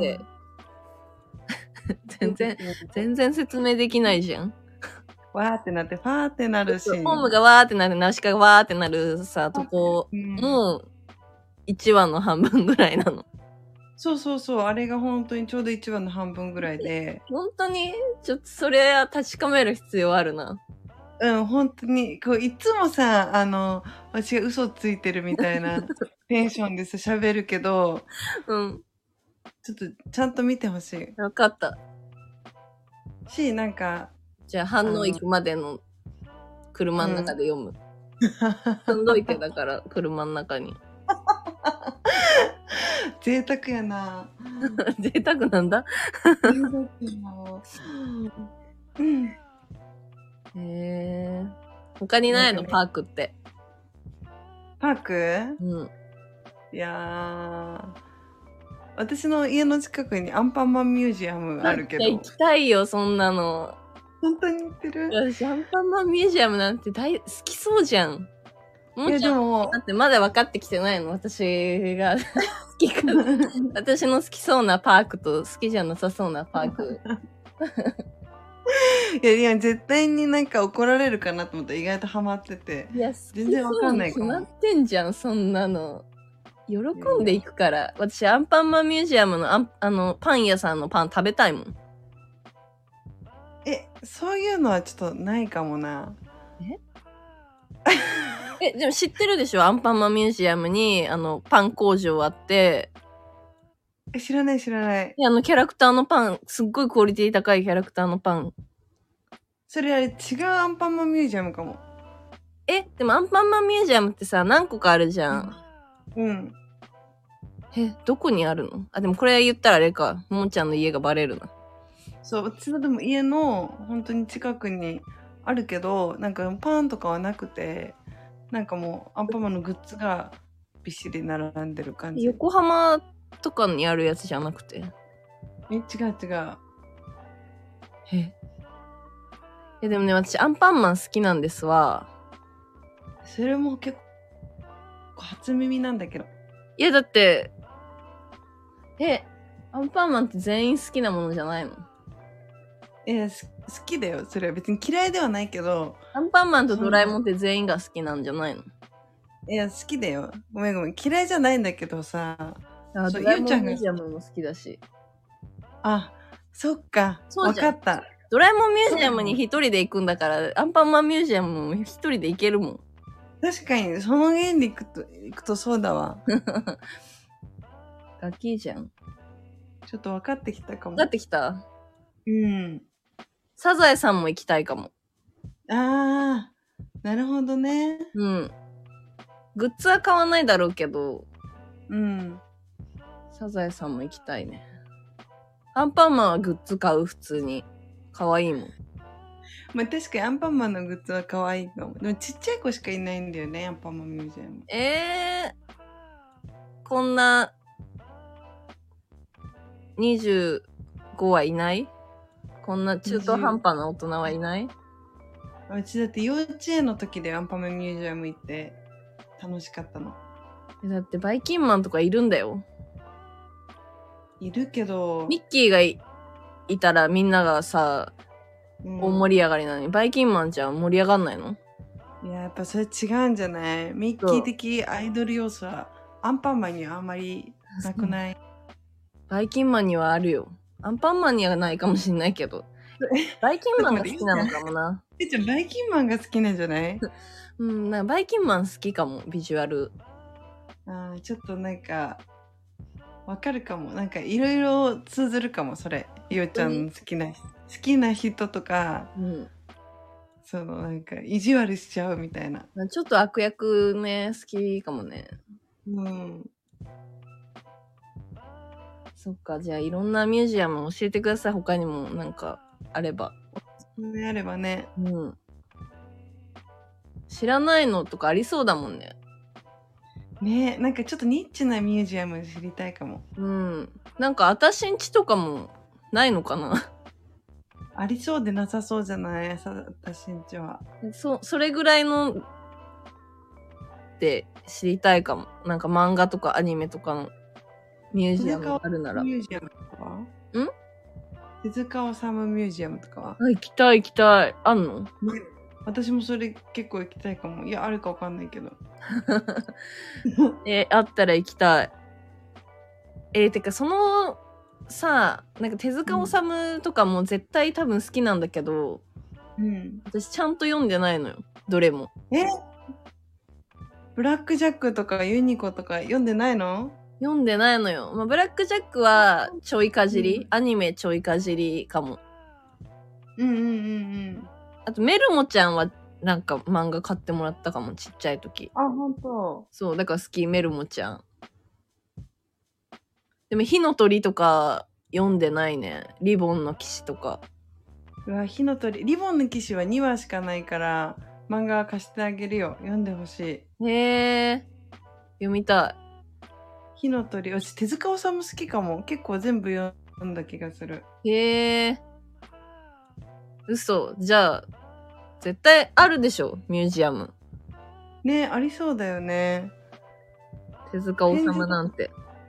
全然説明できないじゃん。 わーってなって、ファーってなるし。 オウムがわーってなる、ナウシカがわーってなるさ、とこ、もう、1話の半分ぐらいなの。 そうそうそう、あれが本当にちょうど1話の半分ぐらいで。 本当にちょっとそれは確かめる必要あるな。 うん、本当に、こう、いつもさ、私が嘘ついてるみたいなテンションでさ、喋るけど、 うん。 ちょっと、ちゃんと見てほしい。 わかった。 なんか。 じゃあ、反応行くまでの車の中で読む。積んどいてだから、車の中に。 贅沢やな。 贅沢なんだ。 贅沢やな。うん。 他にないの、パークって。 パーク？ うん。 いやー、私の家の近くにアンパンマンミュージアムあるけど。 行きたいよ、そんなの。 本当に言ってる？ 私、アンパンマンミュージアムなんて好きそうじゃん。もうちゃん、だってまだ分かってきてないの、私が好きか。私の好きそうなパークと好きじゃなさそうなパーク。 いや、絶対になんか怒られるかなと思ったら意外とハマってて。 いや、 全然わかんないかも。 決まってんじゃん、そんなの。喜んでいくから。私、アンパンマンミュージアムのパン屋さんのパン食べたいもん。 そういうのはちょっとないかもな。 でも知ってるでしょ？アンパンマンミュージアムに、パン工場あって、 知らない知らない。 キャラクターのパン、すっごいクオリティ高いキャラクターのパン。 それあれ違うアンパンマンミュージアムかも。 でもアンパンマンミュージアムってさ、何個かあるじゃん。 うん。 どこにあるの？でもこれ言ったらあれか。ももちゃんの家がバレるな。 そう、私のでも家の本当に近くにあるけど、なんかパンとかはなくて、なんかもうアンパンマンのグッズがびっしり並んでる感じ。 横浜とかにあるやつじゃなくて。 違う違う。 でもね、私アンパンマン好きなんですわ。 それも結構初耳なんだけど。 いやだって、アンパンマンって全員好きなものじゃないの？ 好きだよ。それは別に嫌いではないけど。 アンパンマンとドラえもんって全員が好きなんじゃないの？ 好きだよ。ごめんごめん。嫌いじゃないんだけどさ。 ドラえもんミュージアムも好きだし。 そっか。わかった。 ドラえもんミュージアムに一人で行くんだから、アンパンマンミュージアムも一人で行けるもん。 確かに、その原理行くとそうだわ。 ガキじゃん。 ちょっと分かってきたかも。 分かってきた？ うん。 サザエさんも行きたいかも。 なるほどね。 うん。グッズは買わないだろうけど、 うん。 サザエさんも行きたいね。アンパンマンはグッズ買う、普通に。可愛いもん。 まあ確かにアンパンマンのグッズは可愛いかも。でもちっちゃい子しかいないんだよね、アンパンマンミュージアム。 こんな、25はいない？こんな中途半端な大人はいない？ うちだって幼稚園の時でアンパンマンミュージアム行って楽しかったの。 だってバイキンマンとかいるんだよ。 いるけど。 ミッキーが いたらみんながさ、大盛り上がりなのに、バイキンマンじゃ盛り上がんないの？ いや、やっぱそれ違うんじゃない？ミッキー的アイドル要素はアンパンマンにはあんまりなくない？ バイキンマンにはあるよ。アンパンマンにはないかもしんないけど。バイキンマンが好きなのかもな。 じゃあバイキンマンが好きなんじゃない？ なんかバイキンマン好きかも、ビジュアル。 ちょっとなんかわかるかも。なんかいろいろ通ずるかも、それ。ゆうちゃんの好きな人とか、なんか意地悪しちゃうみたいな。 ちょっと悪役ね、好きかもね。そっか、じゃあいろんなミュージアム教えてください。他にもなんかあれば。 あればね。 知らないのとかありそうだもんね。 ねえ、なんかちょっとニッチなミュージアム知りたいかも。 なんか私んちとかもないのかな？ ありそうでなさそうじゃない？私んちは。 それぐらいのって知りたいかも。なんか漫画とかアニメとかのミュージアムがあるなら。 ミュージアムとか？手塚治虫ミュージアムとかは？ 行きたい行きたい。あんの？ 私もそれ結構行きたいかも。いや、あるかわかんないけど。 あったら行きたい。てかそのさ、なんか手塚治虫とかも絶対多分好きなんだけど、私ちゃんと読んでないのよ、どれも。 ブラックジャックとかユニコとか読んでないの？ 読んでないのよ。ブラックジャックはちょいかじり、アニメちょいかじりかも。あとメルモちゃんはなんか漫画買ってもらったかも、ちっちゃい時。 本当？ そう、だから好き、メルモちゃん。でも火の鳥とか読んでないね。リボンの騎士とか。 火の鳥、リボンの騎士は2話しかないから漫画貸してあげるよ。読んでほしい。 読みたい。 火の鳥、私手塚治虫好きかも。結構全部読んだ気がする。 嘘。じゃあ絶対あるでしょ、ミュージアム。 ね、ありそうだよね。 手塚治虫なんて。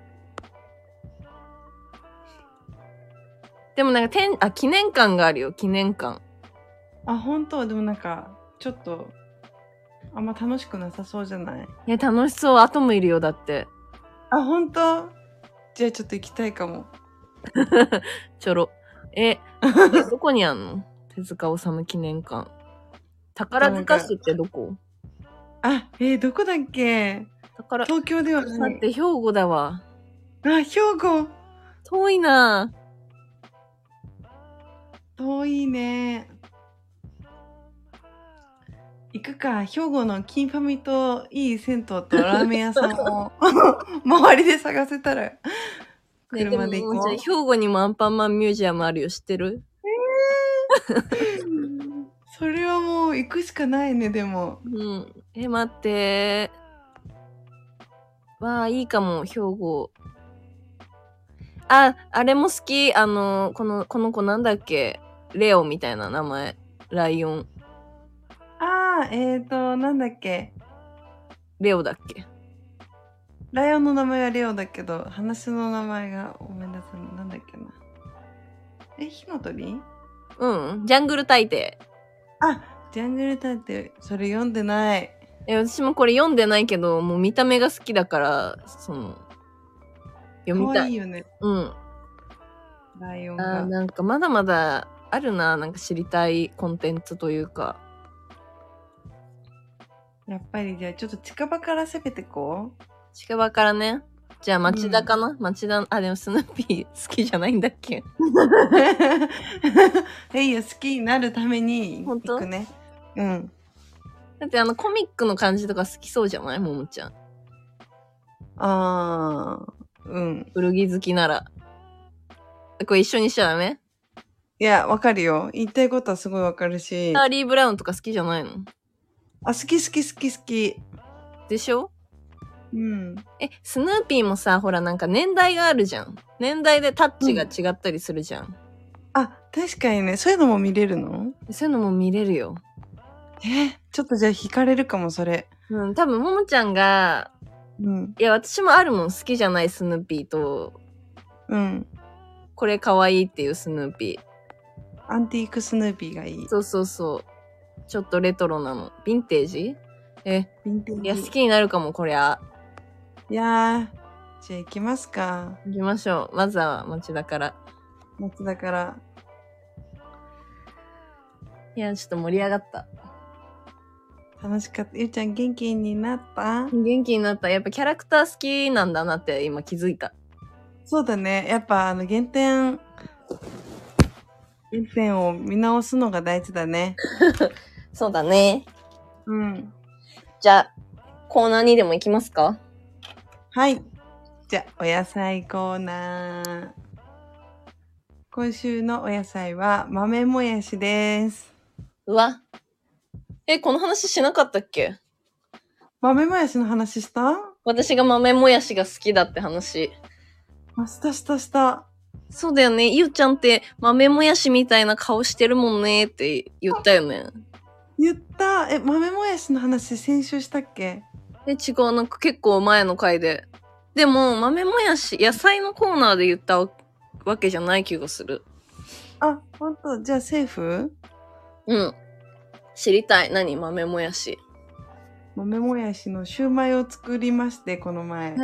でもなんか記念館があるよ、記念館。 本当？でもなんかちょっとあんま楽しくなさそうじゃない？ いや、楽しそう。アトムいるよ、だって。 本当？じゃあちょっと行きたいかも。 ちょろ。どこにあんの？手塚治虫記念館。宝塚市ってどこ？ どこだっけ？東京ではない。 だって兵庫だわ。 兵庫。 遠いな。 遠いね。行くか。兵庫の金ファミといい銭湯とラーメン屋さんを周りで探せたら車で行こう。 兵庫にもアンパンマンミュージアムあるよ、知ってる？ それはもう行くしかないね、でも。 うん。待って。わあ、いいかも、兵庫。あれも好き。この子なんだっけ？レオみたいな名前。ライオン。 なんだっけ。 レオだっけ？ ライオンの名前はレオだけど、話の名前がごめんなさい。なんだっけな。火の鳥？ うん。ジャングル大帝。 ジャングル大帝、それ読んでない。 私もこれ読んでないけど、もう見た目が好きだから、読みたい。 かわいいよね。 うん。 ライオンが。 なんかまだまだあるな、なんか知りたいコンテンツというか。 やっぱりじゃあちょっと近場から攻めてこう。 近場からね。じゃあ町田かな、町田、でもスヌーピー好きじゃないんだっけ？ ヘイよ、好きになるために行くね。うん。 だってコミックの感じとか好きそうじゃない？ももちゃん。 うん。 古着好きなら。これ一緒にしちゃダメ？ いや、わかるよ。言いたいことはすごいわかるし。 チャーリー・ブラウンとか好きじゃないの？ 好き。 でしょ？ うん。 スヌーピーもさ、ほらなんか年代があるじゃん。年代でタッチが違ったりするじゃん。 確かにね。そういうのも見れるの？ そういうのも見れるよ。 ちょっとじゃあ惹かれるかも、それ。 うん、多分ももちゃんが、いや、私もあるもん、好きじゃないスヌーピーと、これ可愛いっていうスヌーピー。アンティークスヌーピーがいい。 そう。ちょっとレトロなの。ヴィンテージ？ヴィンテージ。いや、好きになるかも、こりゃ。 いやー、じゃあ行きますか。 行きましょう。まずは町田から。いや、ちょっと盛り上がった。 楽しかった。ゆうちゃん元気になった？ 元気になった。やっぱキャラクター好きなんだなって今気づいた。 そうだね。やっぱ原点を見直すのが大事だね。 そうだね。 うん。 じゃあ、コーナーにでも行きますか？ はい。じゃあ、お野菜コーナー。今週のお野菜は豆もやしです。 うわ。この話しなかったっけ？ 豆もやしの話した？ 私が豆もやしが好きだって話。 した。 そうだよね。ゆうちゃんって豆もやしみたいな顔してるもんねって言ったよね。 言った。豆もやしの話先週したっけ？ 違う。なんか結構前の回で。でも、豆もやし、野菜のコーナーで言ったわけじゃない気がする。 ほんと？じゃあセーフ？ うん。知りたい。何？豆もやし。 豆もやしのシューマイを作りまして、この前。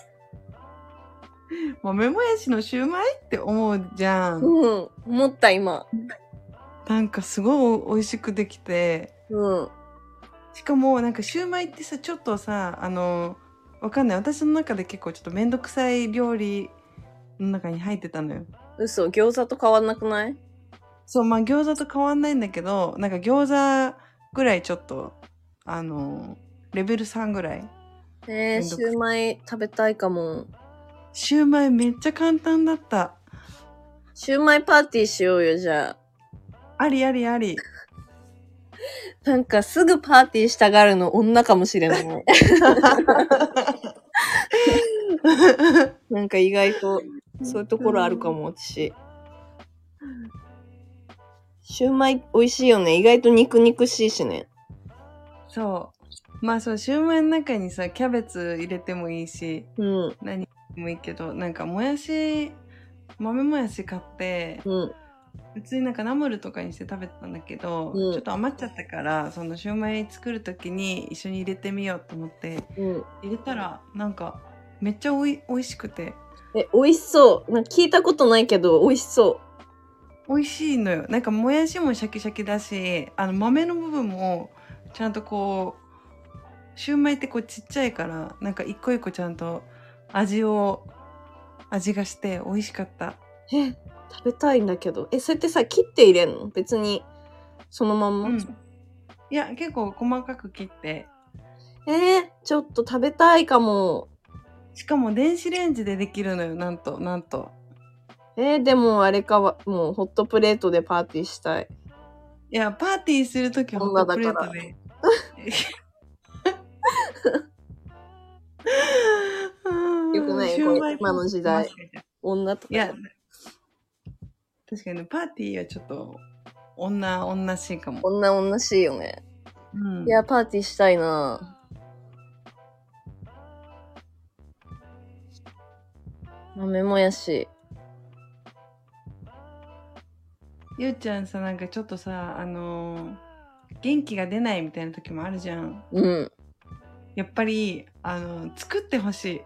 豆もやしのシューマイって思うじゃん。 うん。思った今。 なんかすごい美味しくできて。 うん。 しかもなんかシューマイってさ、ちょっとさ、わかんない。私の中で結構ちょっとめんどくさい料理の中に入ってたのよ。 嘘？餃子と変わんなくない？ そう、まあ餃子と変わんないんだけど、なんか餃子ぐらいちょっと、レベル3ぐらい。 シューマイ食べたいかも。 シューマイめっちゃ簡単だった。 シューマイパーティーしようよ、じゃあ。 あり。 なんかすぐパーティーしたがるの女かもしれない。なんか意外とそういうところあるかも、私。シューマイ美味しいよね。意外と肉しいしね。 そう。まあそう、シューマイの中にさ、キャベツ入れてもいいし、何入れてもいいけど、なんか豆もやし買って、普通になんかナムルとかにして食べてたんだけど、ちょっと余っちゃったから、そのシューマイ作るときに一緒に入れてみようと思って、入れたらなんかめっちゃ美味しくて。 美味しそう。なんか聞いたことないけど美味しそう。 美味しいのよ。なんかもやしもシャキシャキだし、豆の部分もちゃんとこう、シューマイってこうちっちゃいから、なんか一個一個ちゃんと味がして美味しかった。 食べたいんだけど。それってさ、切って入れんの？別にそのまんま？ いや、結構細かく切って。 ちょっと食べたいかも。 しかも電子レンジでできるのよ、なんと。 でもあれかは、もうホットプレートでパーティーしたい。 いや、パーティーするときはホットプレートで。 よくないよ、今の時代。女とか。 いや、確かにね、パーティーはちょっと、女しいかも。 女しいよね。うん。いや、パーティーしたいな。豆もやし。 ゆうちゃんさ、なんかちょっとさ、元気が出ないみたいな時もあるじゃん。 うん。 やっぱり、作ってほしい。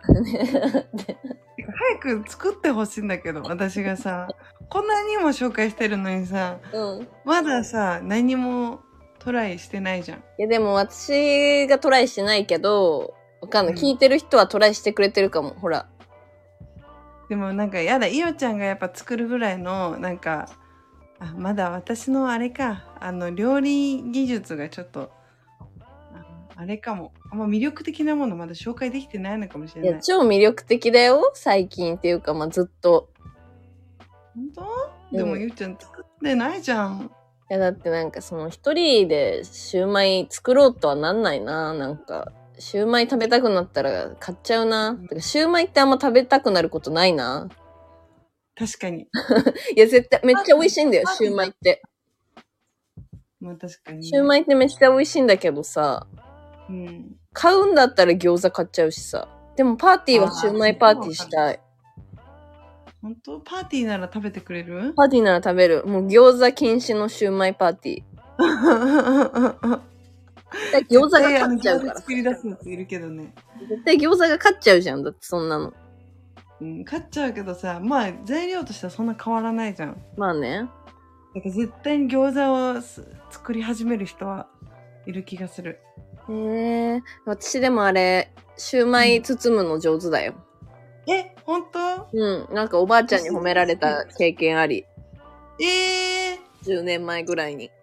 早く作ってほしいんだけど、私がさ、こんなにも紹介してるのにさ、うん、まださ、何もトライしてないじゃん。いや、でも私がトライしてないけど、わかんない。聞いてる人はトライしてくれてるかも、ほら。 でもなんかやだ、いおちゃんがやっぱ作るぐらいの、なんか、まだ私のあれか、料理技術がちょっと、あれかも。あんま魅力的なものまだ紹介できてないのかもしれない。 いや、超魅力的だよ、最近っていうか、まあ、ずっと。 本当？でもゆうちゃん作ってないじゃん。 いや、だってなんかその一人でシューマイ作ろうとはなんないな。なんか、シューマイ食べたくなったら買っちゃうな。てかシューマイってあんま食べたくなることないな。 確かに。 いや、絶対、めっちゃ美味しいんだよ、シューマイって。 まあ確かに、ね。 シューマイってめっちゃ美味しいんだけどさ、うん、買うんだったら餃子買っちゃうしさ。でもパーティーはシューマイパーティーしたい。 本当？パーティーなら食べてくれる？ パーティーなら食べる。もう餃子禁止のシューマイパーティー。餃子が勝っちゃうから。 作り出すやついるけどね。 絶対餃子が勝っちゃうじゃん。だってそんなの。 うん、勝っちゃうけどさ、まあ材料としてはそんな変わらないじゃん。 まあね。 だから絶対に餃子を作り始める人はいる気がする。 私でもあれ、シューマイ包むの上手だよ。 ほんと？ うん。なんかおばあちゃんに褒められた経験あり。10年前ぐらいに。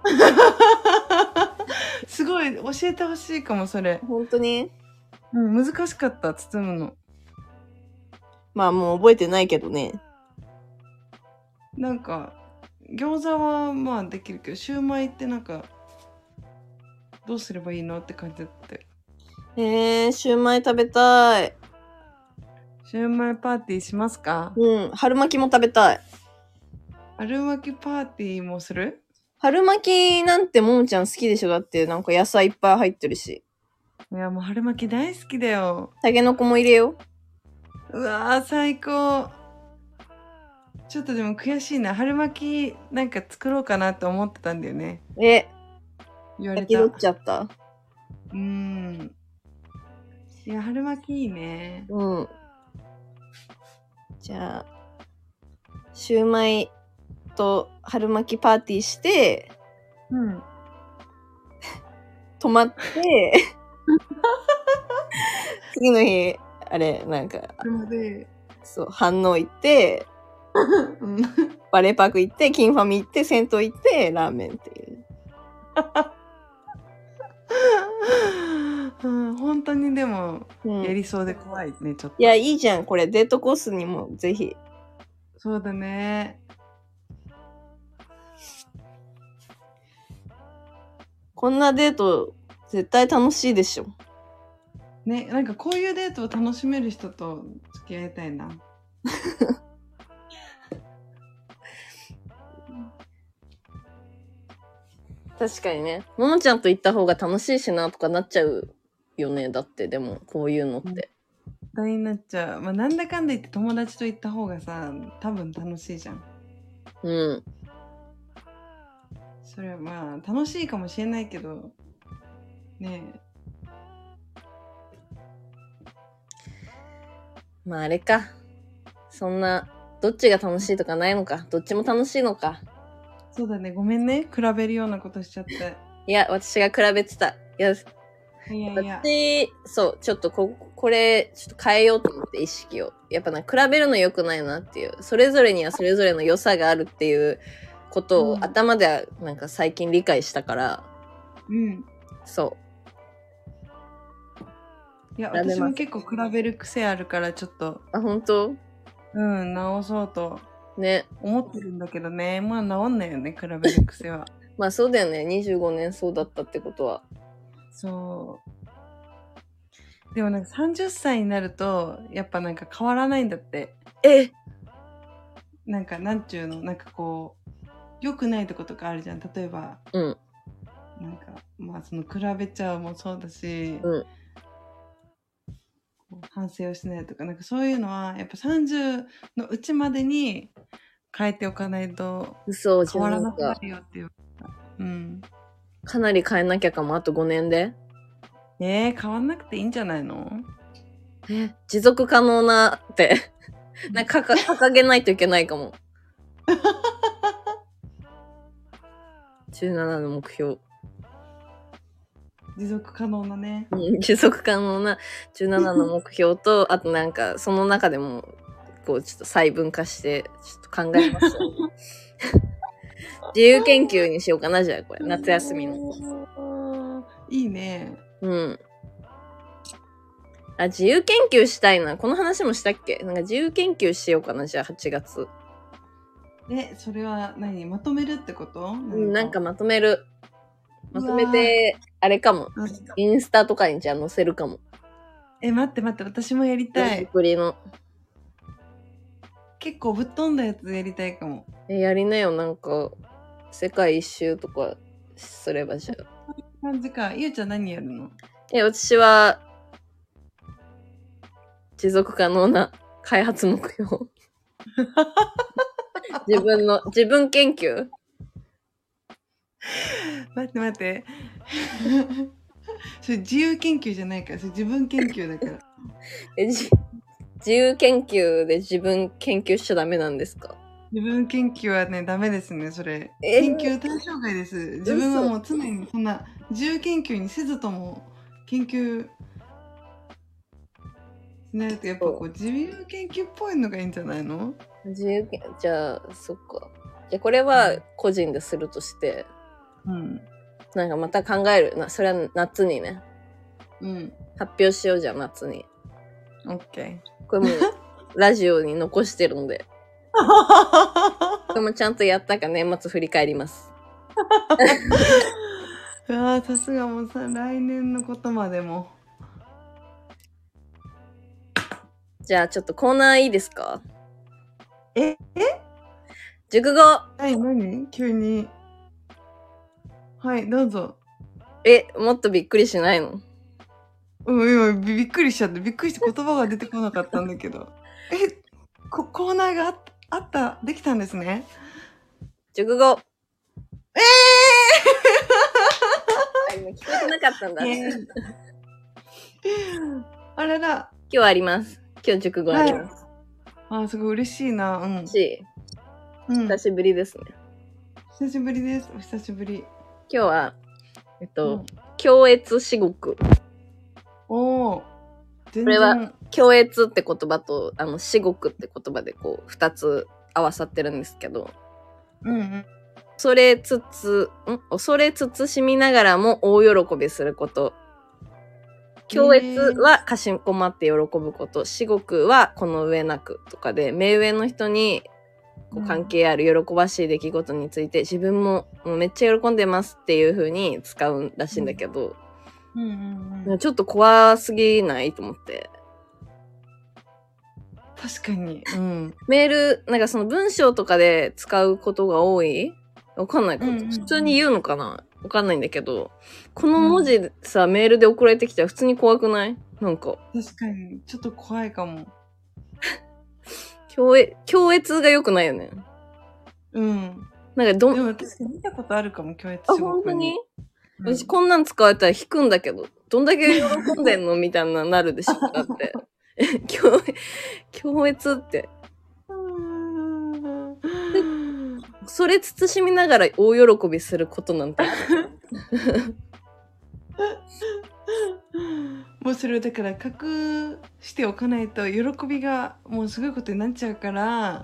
すごい、教えてほしいかも、それ。 本当に？ うん、難しかった、包むの。 まあもう覚えてないけどね。 なんか、餃子はまあできるけど、シューマイってなんか、どうすればいいのって感じだって。 シューマイ食べたい。 シューマイパーティーしますか？ うん、春巻きも食べたい。 春巻きパーティーもする？ 春巻きなんてももちゃん好きでしょ？だってなんか野菜いっぱい入ってるし。 いやもう春巻き大好きだよ。 タケノコも入れよう。うわー最高。ちょっとでも悔しいな。春巻きなんか作ろうかなって思ってたんだよね。言われた。 気取っちゃった。 いや春巻きいいね。 うん。じゃあシューマイと春巻きパーティーして、うん。泊まって次の日あれなんかそう反応行ってバレーパーク行ってキンファミ行って銭湯行ってラーメンっていう本当にでもやりそうで怖いね、ちょっと。 いやいいじゃんこれデートコースにもぜひ。 そうだね。 こんなデート絶対楽しいでしょ。 ね、なんかこういうデートを楽しめる人と付き合いたいな。 確かにね。ももちゃんと行った方が楽しいしなとかなっちゃうよね。だってでもこういうのって。 大になっちゃう。まあなんだかんだ言って友達と行った方がさ、多分楽しいじゃん。うん。それはまあ楽しいかもしれないけど、ねえ。 まああれか。そんな、どっちが楽しいとかないのか。どっちも楽しいのか。 そうだね。ごめんね。比べるようなことしちゃって。 いや、私が比べてた。私、そう、ちょっとこれ、ちょっと変えようと思って意識を。やっぱ比べるの良くないなっていう。それぞれにはそれぞれの良さがあるっていうことを、頭ではなんか最近理解したから。うん。そう。 いや、私も結構比べる癖あるから、ちょっと。 あ、本当？ うん、直そうと。ね。思ってるんだけどね。まあ直んないよね、比べる癖は。 まあそうだよね。25年そうだったってことは。 でもなんか30歳になると、やっぱなんか変わらないんだって。なんかなんちゅうの、なんかこう、良くないとことかあるじゃん。例えば、なんか、まあその比べちゃうもそうだし、反省をしないとか、なんかそういうのは、やっぱ30のうちまでに変えておかないと、変わらなくなるよっていう。 かなり変えなきゃかも、あと5年で。 変わんなくていいんじゃないの？ 持続可能なって、なんか掲げないといけないかも。17の目標。 持続可能なね。 持続可能な17の目標と、あとなんか、その中でも、こう、ちょっと細分化して、ちょっと考えますよ。自由研究にしようかな、じゃあ、これ。夏休みの。 いいね。 自由研究したいな。この話もしたっけ？なんか自由研究しようかな、じゃあ8月。 それは何？まとめるってこと？ なんかまとめる。まとめて、あれかも。インスタとかにじゃあ載せるかも。 待って、私もやりたい。 作りの。 結構ぶっ飛んだやつやりたいかも。 やりなよ、なんか、世界一周とかすればじゃあ。 そういう感じか。ゆうちゃん何やるの？ 私は、持続可能な開発目標。自分研究？ 待って。それ自由研究じゃないから、それ自分研究だから。 自由研究で自分研究しちゃダメなんですか？ 自分研究はね、ダメですね、それ。研究対象外です。自分はもう常にそんな自由研究にせずとも研究しないと、やっぱこう自由研究っぽいのがいいんじゃないの？ じゃあ、そっか。じゃあこれは個人でするとして、なんかまた考える。それは夏にね。発表しようじゃん、夏に。 OK。 これもラジオに残してるので。これもちゃんとやったか年末振り返ります。 さすがもうさ、来年のことまでも。 じゃあちょっとコーナーいいですか？熟語。 何急に。はい、どうぞ。 もっとびっくりしないの？ 今びっくりしちゃって、びっくりして言葉が出てこなかったんだけど。コーナーができたんですね。 熟語。今聞こえてなかったんだ。 あらら。 今日あります。今日熟語あります。 すごい嬉しいな。 嬉しい。久しぶりですね。 久しぶりです。お久しぶり。 今日は、強越至極。 これは、強越って言葉と、至極って言葉でこう、2つ合わさってるんですけど、恐れ慎みながらも大喜びすること。強越はかしこまって喜ぶこと。至極はこの上なくとかで、目上の人にこう関係ある喜ばしい出来事について、自分もめっちゃ喜んでますっていう風に使うらしいんだけど、ちょっと怖すぎないと思って。 確かに。 メール、なんかその文章とかで使うことが多い？わかんない。普通に言うのかな？わかんないんだけど、この文字さ、メールで送られてきたら普通に怖くない？なんか。 確かに。ちょっと怖いかも。 強越が良くないよね。なんかでも私見たことあるかも、強越至極に。 本当に？私こんなん使われたら引くんだけど、どんだけ喜んでんのみたいななるでしょ、だって。強越って。それ慎みながら大喜びすることなんて。 もうそれをだから隠しておかないと喜びがもうすごいことになっちゃうから、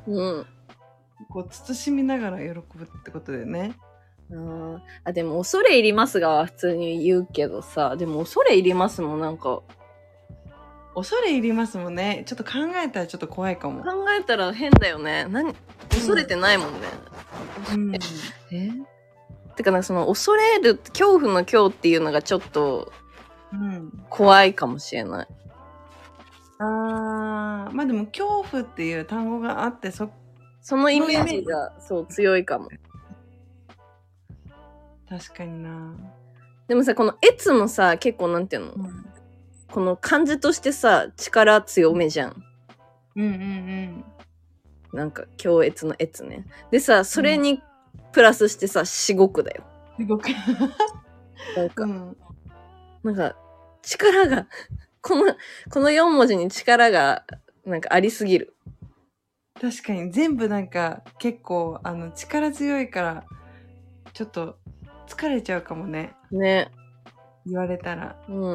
こう慎みながら喜ぶってことだよね。 でも恐れ入りますがは普通に言うけどさ、でも恐れ入りますもん、なんか。 恐れ入りますもんね。ちょっと考えたらちょっと怖いかも。 考えたら変だよね。恐れてないもんね。 てかなんかその恐れる、恐怖の恐っていうのがちょっとうん。 怖いかもしれない。 あー、まあでも恐怖っていう単語があって、 そのイメージがそう強いかも。 確かにな。 でもさ、この越もさ、結構なんていうの、この漢字としてさ、力強めじゃん。 うんうんうん。 なんか、強越の越ね。でさ、それにプラスしてさ、至極だよ。 すごく。 なんか、 うん。 なんか、力が、この4文字に力が、なんかありすぎる。 確かに全部なんか結構力強いからちょっと疲れちゃうかもね。 ね。 言われたら。 うん。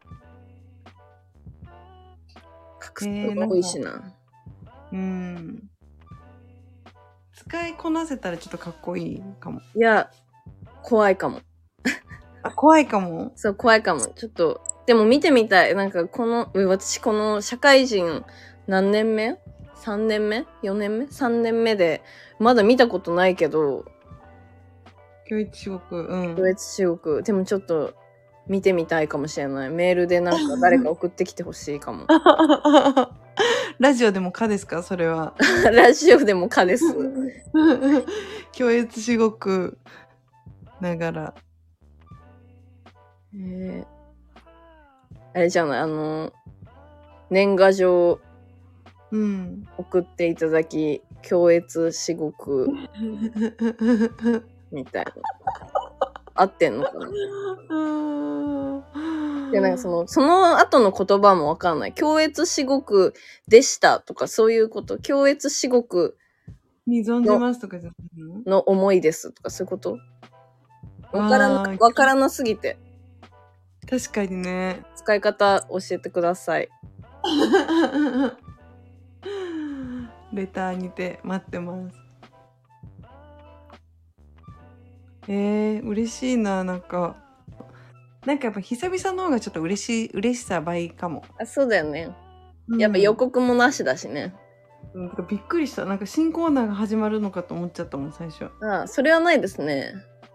画数が多いしな。 うん。使いこなせたらちょっとかっこいいかも。 いや、怖いかも。 あ、怖いかも。 そう、怖いかも。ちょっと、でも見てみたい。なんか私この社会人何年目 ?3 年目 ?4 年目 ?3 年目で、まだ見たことないけど、 教育至極。うん。 ドイツ中国。でもちょっと見てみたいかもしれない。メールでなんか誰か送ってきてほしいかも。 ラジオでもかですかそれは。 ラジオでもかです。 教育至極ながら。 あれじゃない年賀状送っていただき、強越至極みたいな。合ってんのかなで、なんかその後の言葉もわかんない。強越至極でしたとかそういうこと。強越至極に存じますとかじゃないの？ の思いですとかそういうことわからなすぎて。 確かにね。 使い方教えてください。 レターにて待ってます。嬉しいな、なんかやっぱ久々の方がちょっと嬉しさ倍かも。 あ、そうだよね。やっぱ予告もなしだしね。 びっくりした。なんか新コーナーが始まるのかと思っちゃったもん、最初。 ああ、それはないですね。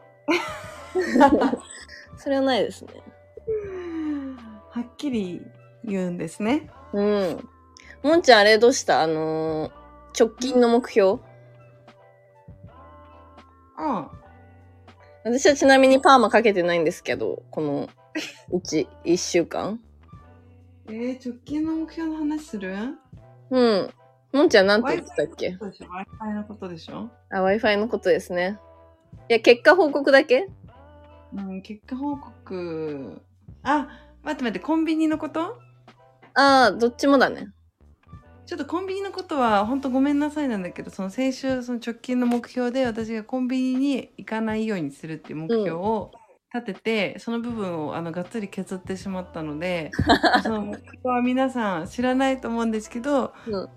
それはないですね。 はっきり言うんですね。 うん。もんちゃんあれどうした直近の目標？私はちなみにパーマかけてないんですけど、この1週間。 直近の目標の話する？ うん。もんちゃんなんて言ってたっけ？ Wi-Fi のことでしょ？ あ、Wi-Fi のことですね。いや、結果報告だけ？ うん、結果報告。あ、待って、コンビニのこと？ ああ、どっちもだね。 ちょっとコンビニのことは本当ごめんなさいなんだけど、その先週その直近の目標で私がコンビニに行かないようにするっていう目標を立てて、その部分をがっつり削ってしまったのでその目標は皆さん知らないと思うんですけど、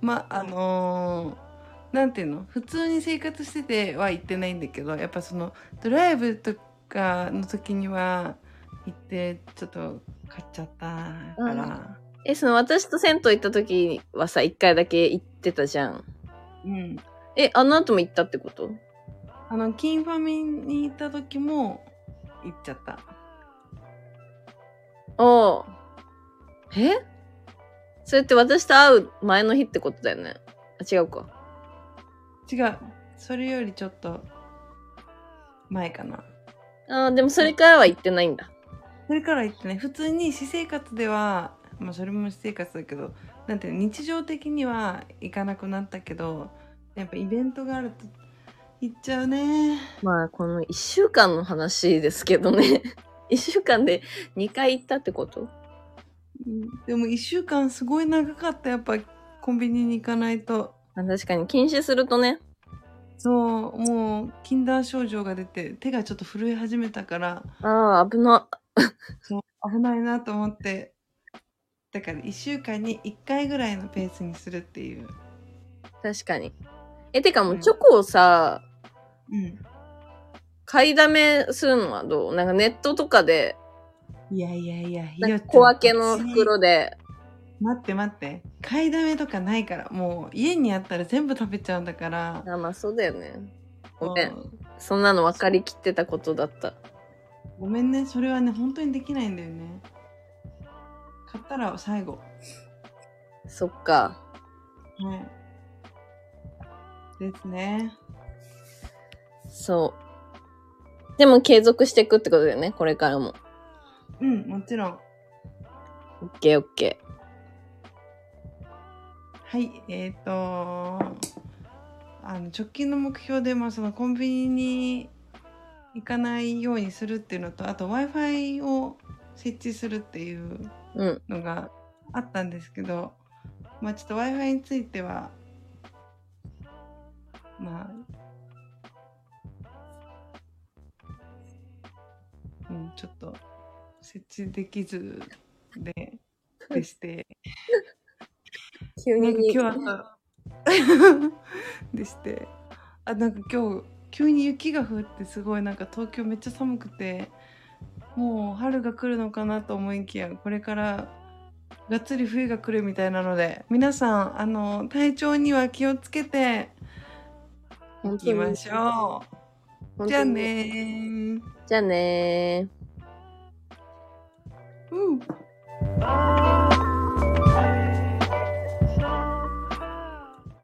なんていうの、普通に生活してては行ってないんだけど、やっぱそのドライブとかの時には行ってちょっと買っちゃったから。 私と銭湯行った時はさ、1回だけ行ってたじゃん。 うん。 あの後も行ったってこと？ キンファミに行った時も行っちゃった。 ああ。それって私と会う前の日ってことだよね。あ、違うか。 違う。それよりちょっと前かな。 ああ、でもそれからは行ってないんだ。 それから行ってね、普通に私生活では、まあそれも私生活だけど、なんていうの、日常的には行かなくなったけど、やっぱイベントがあると行っちゃうね。 まあこの1週間の話ですけどね。1週間で2回行ったってこと？ でも1週間すごい長かった。やっぱコンビニに行かないと。 確かに禁止するとね。 そう、もう禁断症状が出て手がちょっと震え始めたから。 ああ、危な。 そう、危ないなと思って。だから1週間に1回ぐらいのペースにするっていう。 確かに。てかもうチョコをさ、買いだめするのはどう？なんかネットとかで、 いや、 小分けの袋で。 待って。買いだめとかないから。もう家にあったら全部食べちゃうんだから。 あ、まあそうだよね。 ごめん。そんなの分かりきってたことだった。 ごめんね。それはね、本当にできないんだよね。買ったら最後。 そっか。 はい。ですね。 そう。でも継続していくってことだよね、これからも。 うん、もちろん。 オッケーオッケー。はい、直近の目標で、そのコンビニに行かないようにするっていうのと、あと Wi-Fi を設置するっていうのがあったんですけど、ちょっと Wi-Fi については、ちょっと設置できずでして。 急に今日でして。今日急に雪が降ってすごい東京めっちゃ寒くて、もう春が来るのかなと思いきや、これからがっつり冬が来るみたいなので、皆さん体調には気をつけていきましょう。じゃあねー。 じゃあねー。